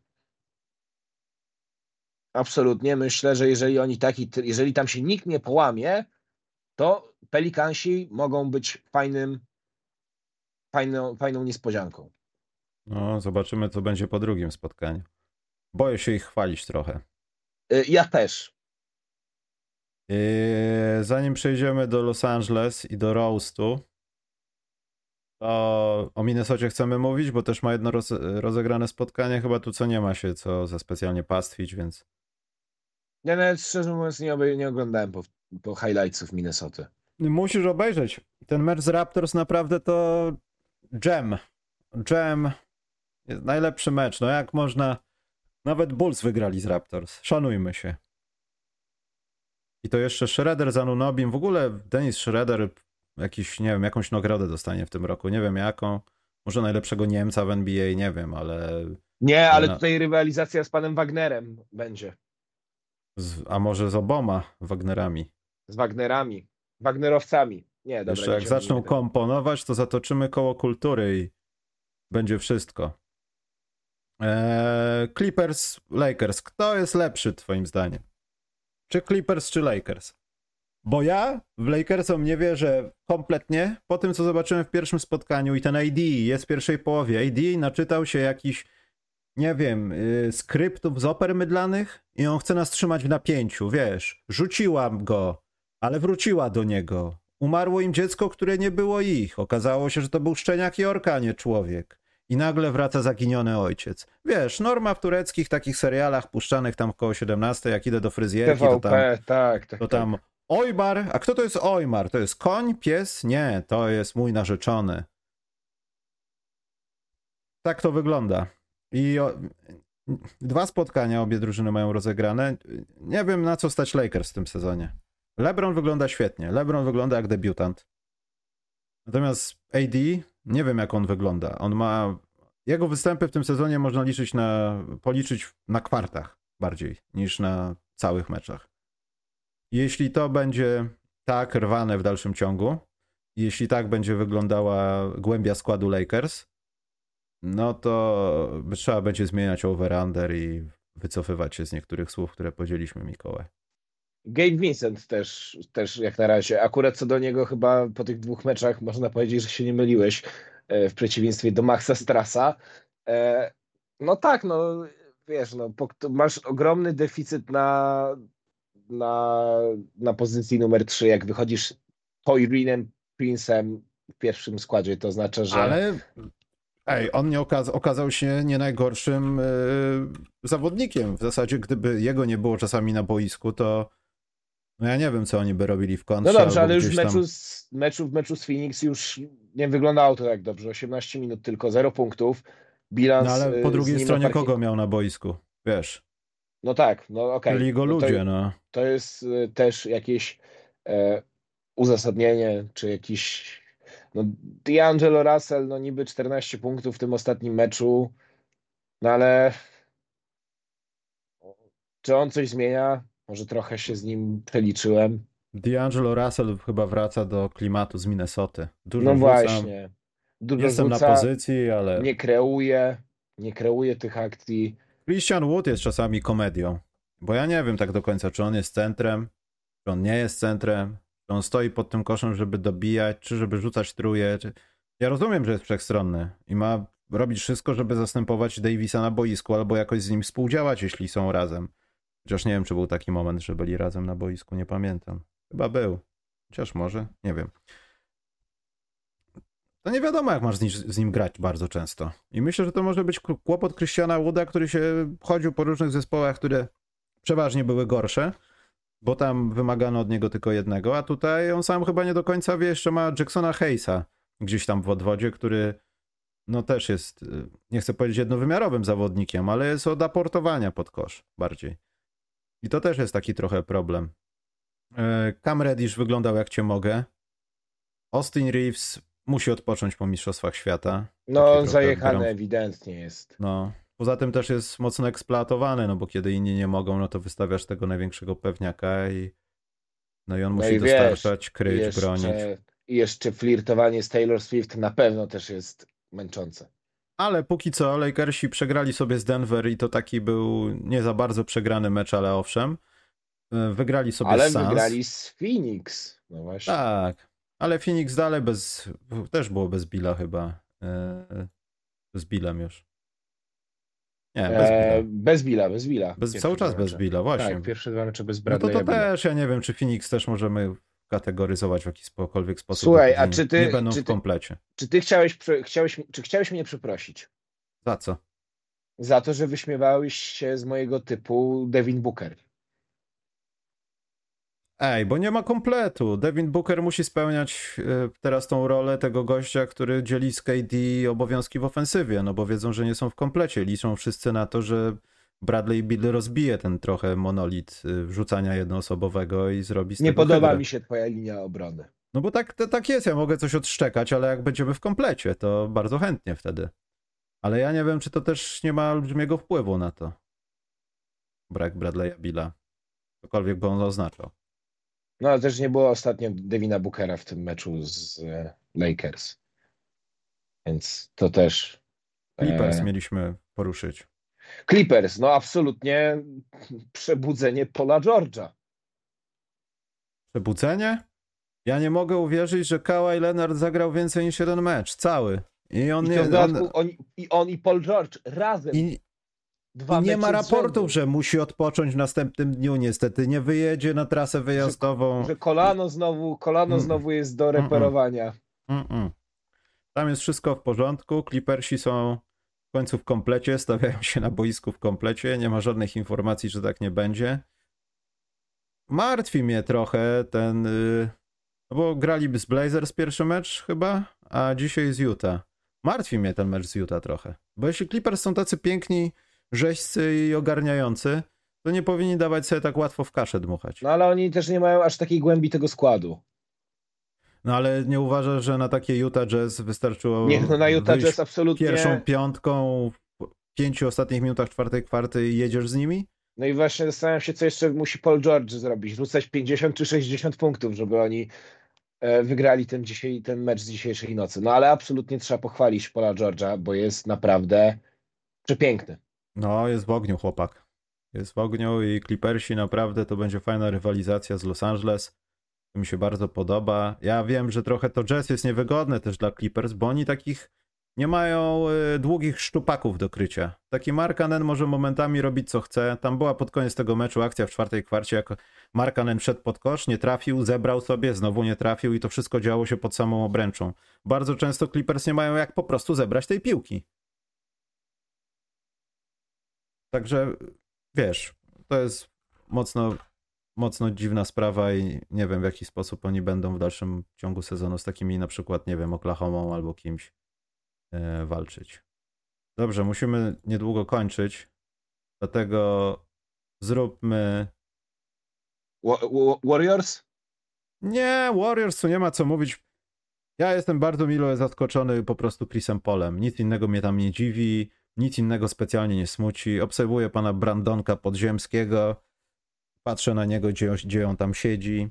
Absolutnie. Myślę, że jeżeli oni taki, jeżeli tam się nikt nie połamie, to Pelikansi mogą być fajnym, fajną, fajną niespodzianką. No, zobaczymy, co będzie po drugim spotkaniu. Boję się ich chwalić trochę. Y, Ja też. Eee, zanim przejdziemy do Los Angeles i do Roastu, to o Minnesocie chcemy mówić, bo też ma jedno roz, rozegrane spotkanie, chyba tu co nie ma się co za specjalnie pastwić, więc Ja nawet szczerze mówiąc nie, obej- nie oglądałem po, po highlightsów Minnesoty. musisz obejrzeć. Ten mecz z Raptors naprawdę to jam. Jam. Jest najlepszy mecz. No jak można... Nawet Bulls wygrali z Raptors. Szanujmy się. I to jeszcze Schroeder z Anunobim. W ogóle Dennis Schroeder jakiś, nie wiem, jakąś nagrodę dostanie w tym roku. Nie wiem jaką. Może najlepszego Niemca w N B A, nie wiem, ale... Nie, ale na- tutaj rywalizacja z panem Wagnerem będzie. Z, a może z oboma Wagnerami. Z Wagnerami. Wagnerowcami. Nie, dobra. Jeszcze nie jak ciągnijmy zaczną tego. komponować, to zatoczymy koło kultury i będzie wszystko. Eee, Clippers, Lakers. Kto jest lepszy twoim zdaniem? Czy Clippers, czy Lakers? Bo ja w Lakersom nie wierzę kompletnie po tym, co zobaczyłem w pierwszym spotkaniu i ten A D jest w pierwszej połowie. A D naczytał się jakiś, nie wiem, yy, skryptów z oper mydlanych i on chce nas trzymać w napięciu, wiesz. Rzuciłam go, ale wróciła do niego. Umarło im dziecko, które nie było ich. Okazało się, że to był szczeniak Jorka, a nie człowiek. I nagle wraca zaginiony ojciec. Wiesz, norma w tureckich takich serialach puszczanych tam koło siedemnastej, jak idę do fryzjerki, to tam... T V P, tak, tak. To tak. tam Ojmar, a kto to jest Ojmar? To jest koń, pies? Nie, to jest mój narzeczony. Tak to wygląda. I o, dwa spotkania obie drużyny mają rozegrane. Nie wiem, na co stać Lakers w tym sezonie. LeBron wygląda świetnie. LeBron wygląda jak debiutant. Natomiast A D, nie wiem jak on wygląda. On ma... Jego występy w tym sezonie można liczyć na... policzyć na kwartach bardziej niż na całych meczach. Jeśli to będzie tak rwane w dalszym ciągu, jeśli tak będzie wyglądała głębia składu Lakers, no to trzeba będzie zmieniać over-under i wycofywać się z niektórych słów, które podzieliśmy, Mikołaj. Gabe Vincent też, też jak na razie. Akurat co do niego chyba po tych dwóch meczach można powiedzieć, że się nie myliłeś e, w przeciwieństwie do Maxa Strassa. E, No tak, no wiesz, no, masz ogromny deficyt na, na, na pozycji numer trzy. Jak wychodzisz Toyrinem Prince'em w pierwszym składzie, to oznacza, że Ale ej, on nie okaz okazał się nie najgorszym yy, zawodnikiem. W zasadzie, gdyby jego nie było czasami na boisku, to no ja nie wiem, co oni by robili w no kontrze dobrze, albo ale już w gdzieś tam. meczu z, meczu, w meczu z Phoenix już nie wyglądało to tak dobrze. osiemnaście minut tylko, zero punktów. No Bilans ale po y, z drugiej nim na stronie parkiecie. kogo miał na boisku? Wiesz, No tak, no okej. byli go No to, ludzie, no. to jest y, też jakieś e, uzasadnienie, czy jakiś. No, D'Angelo Russell, no niby czternaście punktów w tym ostatnim meczu, no ale czy on coś zmienia? Może trochę się z nim przeliczyłem. D'Angelo Russell chyba wraca do klimatu z Minnesoty. Dużo No rzucam, właśnie. Dużo jestem na rzuca, pozycji, ale nie kreuje, nie kreuje tych akcji. Christian Wood jest czasami komedią. Bo ja nie wiem tak do końca, czy on jest centrem, czy on nie jest centrem, czy on stoi pod tym koszem, żeby dobijać, czy żeby rzucać truje. Czy... Ja rozumiem, że jest wszechstronny i ma robić wszystko, żeby zastępować Davisa na boisku albo jakoś z nim współdziałać, jeśli są razem. Chociaż nie wiem, czy był taki moment, że byli razem na boisku, nie pamiętam. Chyba był. Chociaż może, nie wiem. To nie wiadomo, jak masz z nim, z nim grać bardzo często. I myślę, że to może być kłopot Christiana Wooda, który się chodził po różnych zespołach, które przeważnie były gorsze, bo tam wymagano od niego tylko jednego, a tutaj on sam chyba nie do końca wie, jeszcze ma Jacksona Hayesa gdzieś tam w odwodzie, który no też jest, nie chcę powiedzieć jednowymiarowym zawodnikiem, ale jest od aportowania pod kosz bardziej. I to też jest taki trochę problem. Cam Reddish wyglądał jak cię mogę. Austin Reeves musi odpocząć po Mistrzostwach Świata. No zajechany ewidentnie jest. No. Poza tym też jest mocno eksploatowany, no bo kiedy inni nie mogą, no to wystawiasz tego największego pewniaka i no i on No musi i wiesz, dostarczać, kryć, jeszcze, bronić. I jeszcze flirtowanie z Taylor Swift na pewno też jest męczące. Ale póki co Lakersi przegrali sobie z Denver i to taki był nie za bardzo przegrany mecz, ale owszem. Wygrali sobie ale z Suns. wygrali z Phoenix. No właśnie. Tak, ale Phoenix dalej bez, też było bez Billa chyba. Z Billem już. Nie, bez Billa. E, bez Billa, bez Billa. Bez, cały czas bez Billa, właśnie. Tak, pierwsze dwa mecze bez No to Bradley'a to też, ja nie wiem, czy Phoenix też możemy kategoryzować w jakikolwiek sposób. Słuchaj, a czy ty, nie będą czy w ty, komplecie. Czy ty chciałeś, chciałeś, czy chciałeś mnie przeprosić? Za co? Za to, że wyśmiewałeś się z mojego typu Devin Booker. Ej, bo nie ma kompletu. Devin Booker musi spełniać y, teraz tą rolę tego gościa, który dzieli z K D obowiązki w ofensywie, no bo wiedzą, że nie są w komplecie. Liczą wszyscy na to, że Bradley Beal rozbije ten trochę monolit y, wrzucania jednoosobowego i zrobi z Nie tego podoba hydrę. mi się twoja linia obrony. No bo tak, to, tak jest, ja mogę coś odszczekać, ale jak będziemy w komplecie, to bardzo chętnie wtedy. Ale ja nie wiem, czy to też nie ma olbrzymiego wpływu na to. Brak Bradley'a Billa. Cokolwiek by on oznaczał. No ale też nie było ostatnio Devina Bookera w tym meczu z e, Lakers. Więc to też... Clippers E... mieliśmy poruszyć. Clippers, no absolutnie przebudzenie Paula George'a. Przebudzenie? Ja nie mogę uwierzyć, że Kawhi Leonard zagrał więcej niż jeden mecz. Cały. I on I, nie... w dodatku On, on, i on i Paul George razem. I, dwa i nie ma mecze z raportów, rzędu. że musi odpocząć w następnym dniu. Niestety nie wyjedzie na trasę wyjazdową. Że, że kolano znowu, kolano Mm. znowu jest do reperowania. Mm -mm. Tam jest wszystko w porządku. Clippersi są w końcu w komplecie. Stawiają się na boisku w komplecie. Nie ma żadnych informacji, że tak nie będzie. Martwi mnie trochę ten... Yy... No bo grali z Blazers pierwszy mecz chyba, a dzisiaj z Utah. Martwi mnie ten mecz z Utah trochę. Bo jeśli Clippers są tacy piękni, rzeźcy i ogarniający, to nie powinni dawać sobie tak łatwo w kaszę dmuchać. No ale oni też nie mają aż takiej głębi tego składu. No ale nie uważasz, że na takie Utah Jazz wystarczyło Nie, no na Utah wyjść Jazz absolutnie... pierwszą piątką w pięciu ostatnich minutach czwartej kwarty i jedziesz z nimi? No i właśnie zastanawiam się, co jeszcze musi Paul George zrobić. Rzucać pięćdziesiąt czy sześćdziesiąt punktów, żeby oni e, wygrali ten, dzisiaj, ten mecz z dzisiejszej nocy. No ale absolutnie trzeba pochwalić Paula George'a, bo jest naprawdę przepiękny. No, jest w ogniu chłopak. Jest w ogniu i Clippersi naprawdę to będzie fajna rywalizacja z Los Angeles. To mi się bardzo podoba. Ja wiem, że trochę to Jazz jest niewygodne też dla Clippers, bo oni takich nie mają y, długich szczupaków do krycia. Taki Markkanen może momentami robić co chce. Tam była pod koniec tego meczu akcja w czwartej kwarcie, jak Markkanen wszedł pod kosz, nie trafił, zebrał sobie, znowu nie trafił i to wszystko działo się pod samą obręczą. Bardzo często Clippers nie mają jak po prostu zebrać tej piłki. Także wiesz, to jest mocno, mocno dziwna sprawa i nie wiem w jaki sposób oni będą w dalszym ciągu sezonu z takimi na przykład, nie wiem, Oklahomą albo kimś e, walczyć. Dobrze, musimy niedługo kończyć, dlatego zróbmy... Wa- wa- Warriors? Nie, Warriors tu nie ma co mówić. Ja jestem bardzo mile zaskoczony po prostu Chrisem Paulem. Nic innego mnie tam nie dziwi, nic innego specjalnie nie smuci. Obserwuję pana Brandonka Podziemskiego, patrzę na niego, gdzie, gdzie on tam siedzi.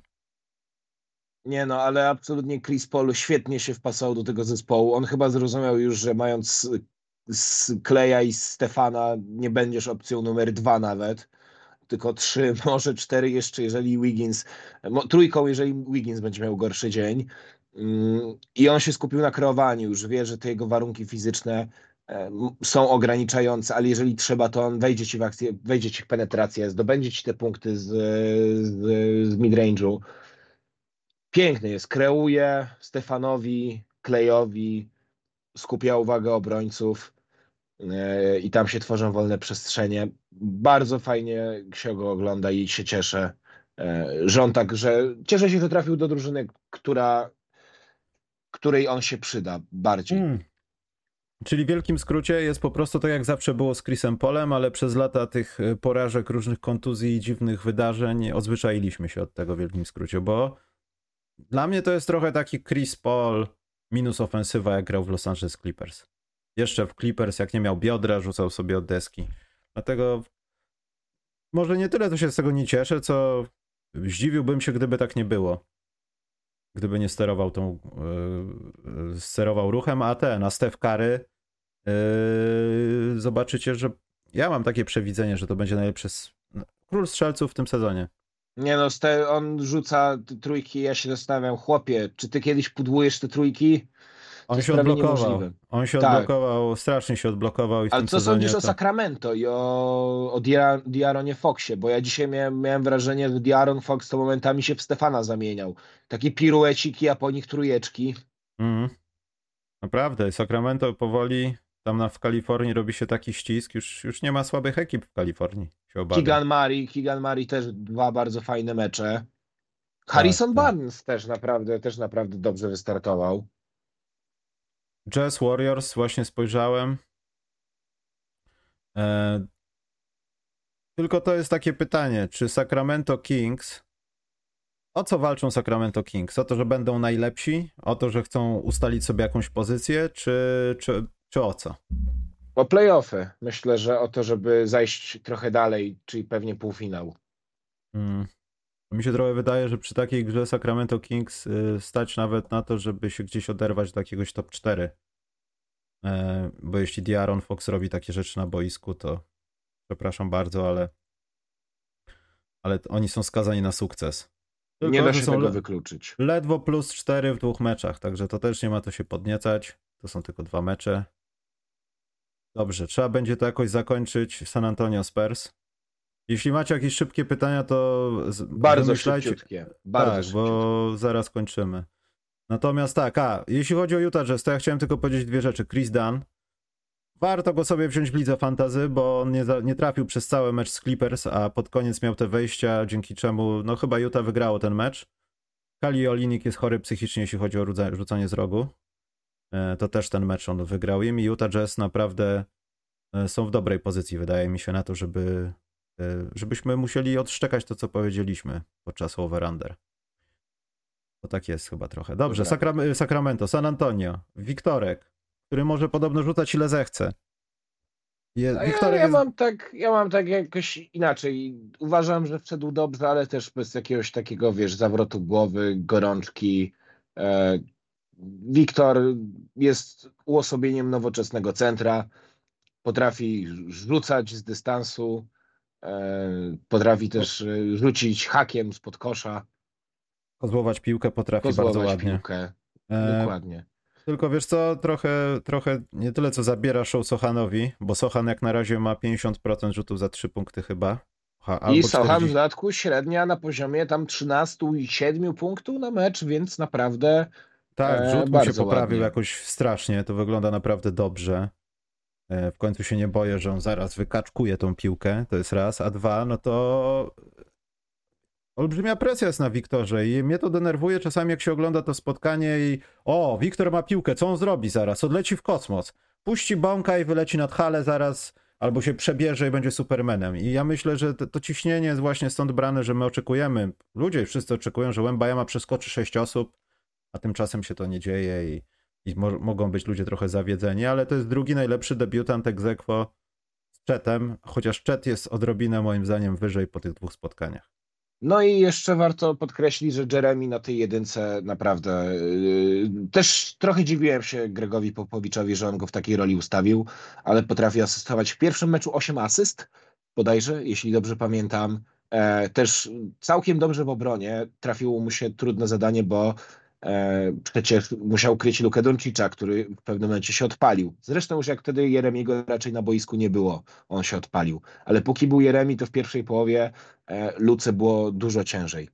Nie no, ale absolutnie Chris Paul świetnie się wpasował do tego zespołu. On chyba zrozumiał już, że mając z Kleja i Stefana nie będziesz opcją numer dwa nawet, tylko trzy, może cztery jeszcze, jeżeli Wiggins, mo- trójką, jeżeli Wiggins będzie miał gorszy dzień. Mm, I on się skupił na kreowaniu, już wie, że te jego warunki fizyczne e, m, są ograniczające, ale jeżeli trzeba, to on wejdzie ci w akcję, wejdzie ci w penetrację, zdobędzie ci te punkty z, z, z midrange'u. Piękny jest, kreuje Stefanowi, Klejowi, skupia uwagę obrońców e, i tam się tworzą wolne przestrzenie. Bardzo fajnie się go ogląda i się cieszę, e, że on tak, że cieszę się, że trafił do drużyny, która, której on się przyda bardziej. Mm. Czyli w wielkim skrócie jest po prostu tak jak zawsze było z Chrisem Paulem, ale przez lata tych porażek, różnych kontuzji i dziwnych wydarzeń odzwyczailiśmy się od tego w wielkim skrócie, bo dla mnie to jest trochę taki Chris Paul minus ofensywa, jak grał w Los Angeles Clippers. Jeszcze w Clippers, jak nie miał biodra, rzucał sobie od deski. Dlatego może nie tyle to się z tego nie cieszę, co zdziwiłbym się, gdyby tak nie było. Gdyby nie sterował tą yy, sterował ruchem, a ten, a Steph Curry yy, zobaczycie, że ja mam takie przewidzenie, że to będzie najlepszy s- król strzelców w tym sezonie. Nie no, ste- on rzuca t- trójki, ja się zastanawiam, chłopie, czy ty kiedyś pudłujesz te trójki? To On jest się prawie odblokował. niemożliwe. On się Tak. odblokował, strasznie się odblokował i w Ale tym co sezonie sądzisz o to... Sacramento i o, o Dia- Diaronie Foxie? Bo ja dzisiaj miałem, miałem wrażenie, że Diaron Fox to momentami się w Stefana zamieniał. Takie pirueciki, a po nich trójeczki. Mhm. Naprawdę, Sacramento powoli tam na, w Kalifornii robi się taki ścisk, już, już nie ma słabych ekip w Kalifornii, się obawiam. Keegan Murray, Keegan Murray też dwa bardzo fajne mecze. Tak, Harrison tak. Barnes też naprawdę, też naprawdę dobrze wystartował. Jazz Warriors, właśnie spojrzałem. E... Tylko to jest takie pytanie, czy Sacramento Kings, o co walczą Sacramento Kings? O to, że będą najlepsi? O to, że chcą ustalić sobie jakąś pozycję? Czy, czy, czy o co? O playoffy. Myślę, że o to, żeby zajść trochę dalej, czyli pewnie półfinał. Hmm. Mi się trochę wydaje, że przy takiej grze Sacramento Kings y, stać nawet na to, żeby się gdzieś oderwać do jakiegoś top cztery. E, bo jeśli De'Aaron Fox robi takie rzeczy na boisku, to przepraszam bardzo, ale ale oni są skazani na sukces. Tylko, Nie da że się są tego le- wykluczyć. ledwo plus cztery w dwóch meczach, także to też nie ma to się podniecać. To są tylko dwa mecze. Dobrze, trzeba będzie to jakoś zakończyć. San Antonio Spurs. Jeśli macie jakieś szybkie pytania, to z- Bardzo wymyślajcie. szybciutkie. Bardzo Tak, szybciutkie. bo zaraz kończymy. Natomiast tak, a jeśli chodzi o Utah Jazz, to ja chciałem tylko powiedzieć dwie rzeczy. Chris Dunn. Warto go sobie wziąć w lidze fantasy, bo on nie, za, nie trafił przez cały mecz z Clippers, a pod koniec miał te wejścia, dzięki czemu no chyba Utah wygrało ten mecz. Kali Olinik jest chory psychicznie, jeśli chodzi o rudza- rzucanie z rogu. E, to też ten mecz on wygrał im i Utah Jazz naprawdę e, są w dobrej pozycji, wydaje mi się, na to, żeby e, żebyśmy musieli odszczekać to, co powiedzieliśmy podczas over-under. To tak jest chyba trochę. Dobrze, Dobra. Sakra- Sacramento, San Antonio, Wiktorek, który może podobno rzucać ile zechce. Je, A ja, Wiktorek ja, jest... mam tak, ja mam tak jakoś inaczej. Uważam, że wszedł dobrze, ale też bez jakiegoś takiego, wiesz, zawrotu głowy, gorączki. Wiktor jest uosobieniem nowoczesnego centra, potrafi rzucać z dystansu, potrafi też rzucić hakiem spod kosza. Kozłować piłkę potrafi Kozłować bardzo ładnie. piłkę, e, dokładnie. Tylko wiesz co, trochę, trochę nie tyle co zabiera show Sochanowi, bo Sochan jak na razie ma pięćdziesiąt procent rzutów za trzy punkty chyba. Ha, I albo Sochan w czterdzieści. dodatku średnia na poziomie tam trzynaście i siedem punktów na mecz, więc naprawdę Tak, e, rzut mu się bardzo poprawił ładnie. jakoś strasznie, to wygląda naprawdę dobrze. E, w końcu się nie boję, że on zaraz wykaczkuje tą piłkę, to jest raz, a dwa, no to olbrzymia presja jest na Wiktorze i mnie to denerwuje czasami, jak się ogląda to spotkanie i o, Wiktor ma piłkę, co on zrobi zaraz? Odleci w kosmos. Puści bąka i wyleci nad halę zaraz, albo się przebierze i będzie Supermanem. I ja myślę, że to, to ciśnienie jest właśnie stąd brane, że my oczekujemy, ludzie wszyscy oczekują, że Wembanyama przeskoczy sześć osób, a tymczasem się to nie dzieje i, i mo- mogą być ludzie trochę zawiedzeni, ale to jest drugi najlepszy debiutant ex aequo z Chetem, chociaż Chet jest odrobinę moim zdaniem wyżej po tych dwóch spotkaniach. No i jeszcze warto podkreślić, że Jeremy na tej jedynce naprawdę yy, też trochę dziwiłem się Gregowi Popowiczowi, że on go w takiej roli ustawił, ale potrafi asystować. W pierwszym meczu osiem asyst, bodajże, jeśli dobrze pamiętam. E, też całkiem dobrze w obronie. Trafiło mu się trudne zadanie, bo e, przecież musiał kryć Lukę Doncicza, który w pewnym momencie się odpalił. Zresztą już jak wtedy Jeremiego raczej na boisku nie było, on się odpalił. Ale póki był Jeremi, to w pierwszej połowie e, Luce było dużo ciężej.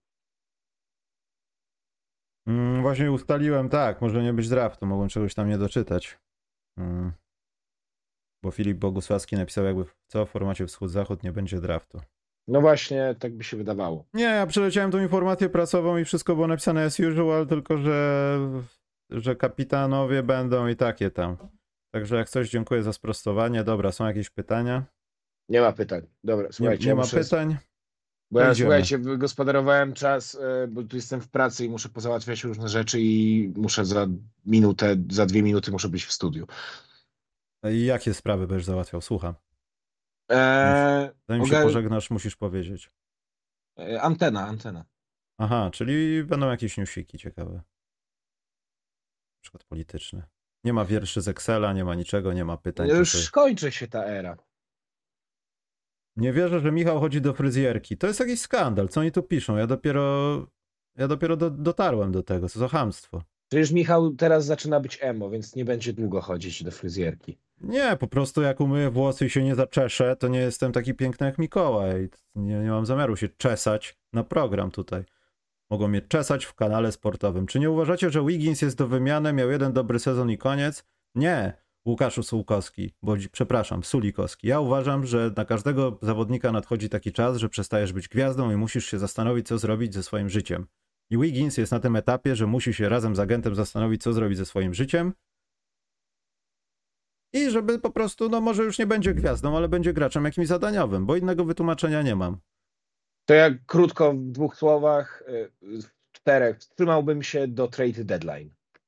Mm, właśnie ustaliłem, tak, może nie być draftu, mogłem czegoś tam nie doczytać. Mm. Bo Filip Bogusławski napisał jakby w co w formacie wschód-zachód nie będzie draftu. No właśnie, tak by się wydawało. Nie, ja przeleciałem tą informację prasową i wszystko było napisane as usual, tylko że, że kapitanowie będą i takie tam. Także jak coś, dziękuję za sprostowanie. Dobra, są jakieś pytania? Nie ma pytań. Dobra, Nie, słuchajcie, nie ja ma muszę... pytań? Bo To ja, idziemy. słuchajcie, wygospodarowałem czas, e, bo tu jestem w pracy i muszę pozałatwiać różne rzeczy i muszę za minutę, za dwie minuty muszę być w studiu. I jakie sprawy będziesz załatwiał? Słucham. Eee, Zanim się oga- pożegnasz, musisz powiedzieć. e, antena, antena. Aha, czyli będą jakieś newsiki ciekawe. Na przykład polityczne. Nie ma wierszy z Excela, nie ma niczego, nie ma pytań. to Już sobie- kończy się ta era. Nie wierzę, że Michał chodzi do fryzjerki. To jest jakiś skandal, co oni tu piszą? Ja dopiero, ja dopiero do, dotarłem do tego, co za chamstwo. Przecież Michał teraz zaczyna być emo, więc nie będzie długo chodzić do fryzjerki. Nie, po prostu jak umyję włosy i się nie zaczeszę, to nie jestem taki piękny jak Mikołaj. Nie, nie mam zamiaru się czesać na program tutaj. Mogą mnie czesać w kanale sportowym. Czy nie uważacie, że Wiggins jest do wymiany, miał jeden dobry sezon i koniec? Nie, Łukaszu Sułkowski, bo przepraszam, Sulikowski. Ja uważam, że na każdego zawodnika nadchodzi taki czas, że przestajesz być gwiazdą i musisz się zastanowić, co zrobić ze swoim życiem. I Wiggins jest na tym etapie, że musi się razem z agentem zastanowić, co zrobić ze swoim życiem. I żeby po prostu, no może już nie będzie gwiazdą, ale będzie graczem jakimś zadaniowym, bo innego wytłumaczenia nie mam. To ja krótko, w dwóch słowach, y, w czterech, wstrzymałbym się do trade deadline.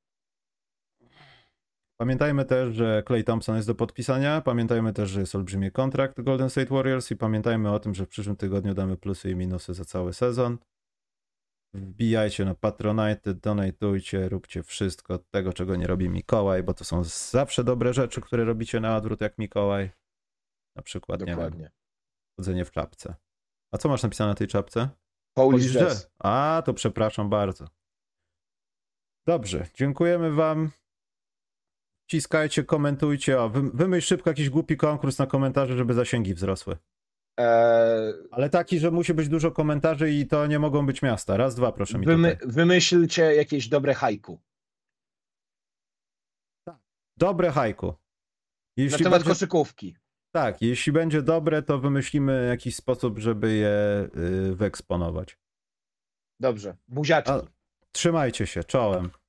Pamiętajmy też, że Klay Thompson jest do podpisania, pamiętajmy też, że jest olbrzymi kontrakt Golden State Warriors i pamiętajmy o tym, że w przyszłym tygodniu damy plusy i minusy za cały sezon. Wbijajcie na Patronite, donatujcie, róbcie wszystko tego, czego nie robi Mikołaj, bo to są zawsze dobre rzeczy, które robicie na odwrót jak Mikołaj. Na przykład, Dokładnie. nie wiem, chodzenie w czapce. A co masz napisane na tej czapce? Polish Polish Jazz. Jazz. A, to przepraszam bardzo. Dobrze, dziękujemy wam. Wciskajcie, komentujcie. O, wy- wymyśl szybko jakiś głupi konkurs na komentarze, żeby zasięgi wzrosły. Eee, Ale taki, że musi być dużo komentarzy i to nie mogą być miasta. Raz, dwa, proszę mi wymy, tutaj. wymyślcie jakieś dobre haiku. Dobre haiku. Na Jeśli temat będzie, koszykówki. tak, jeśli będzie dobre, to wymyślimy jakiś sposób, żeby je y, wyeksponować. Dobrze. Buziaczki. A, trzymajcie się, czołem.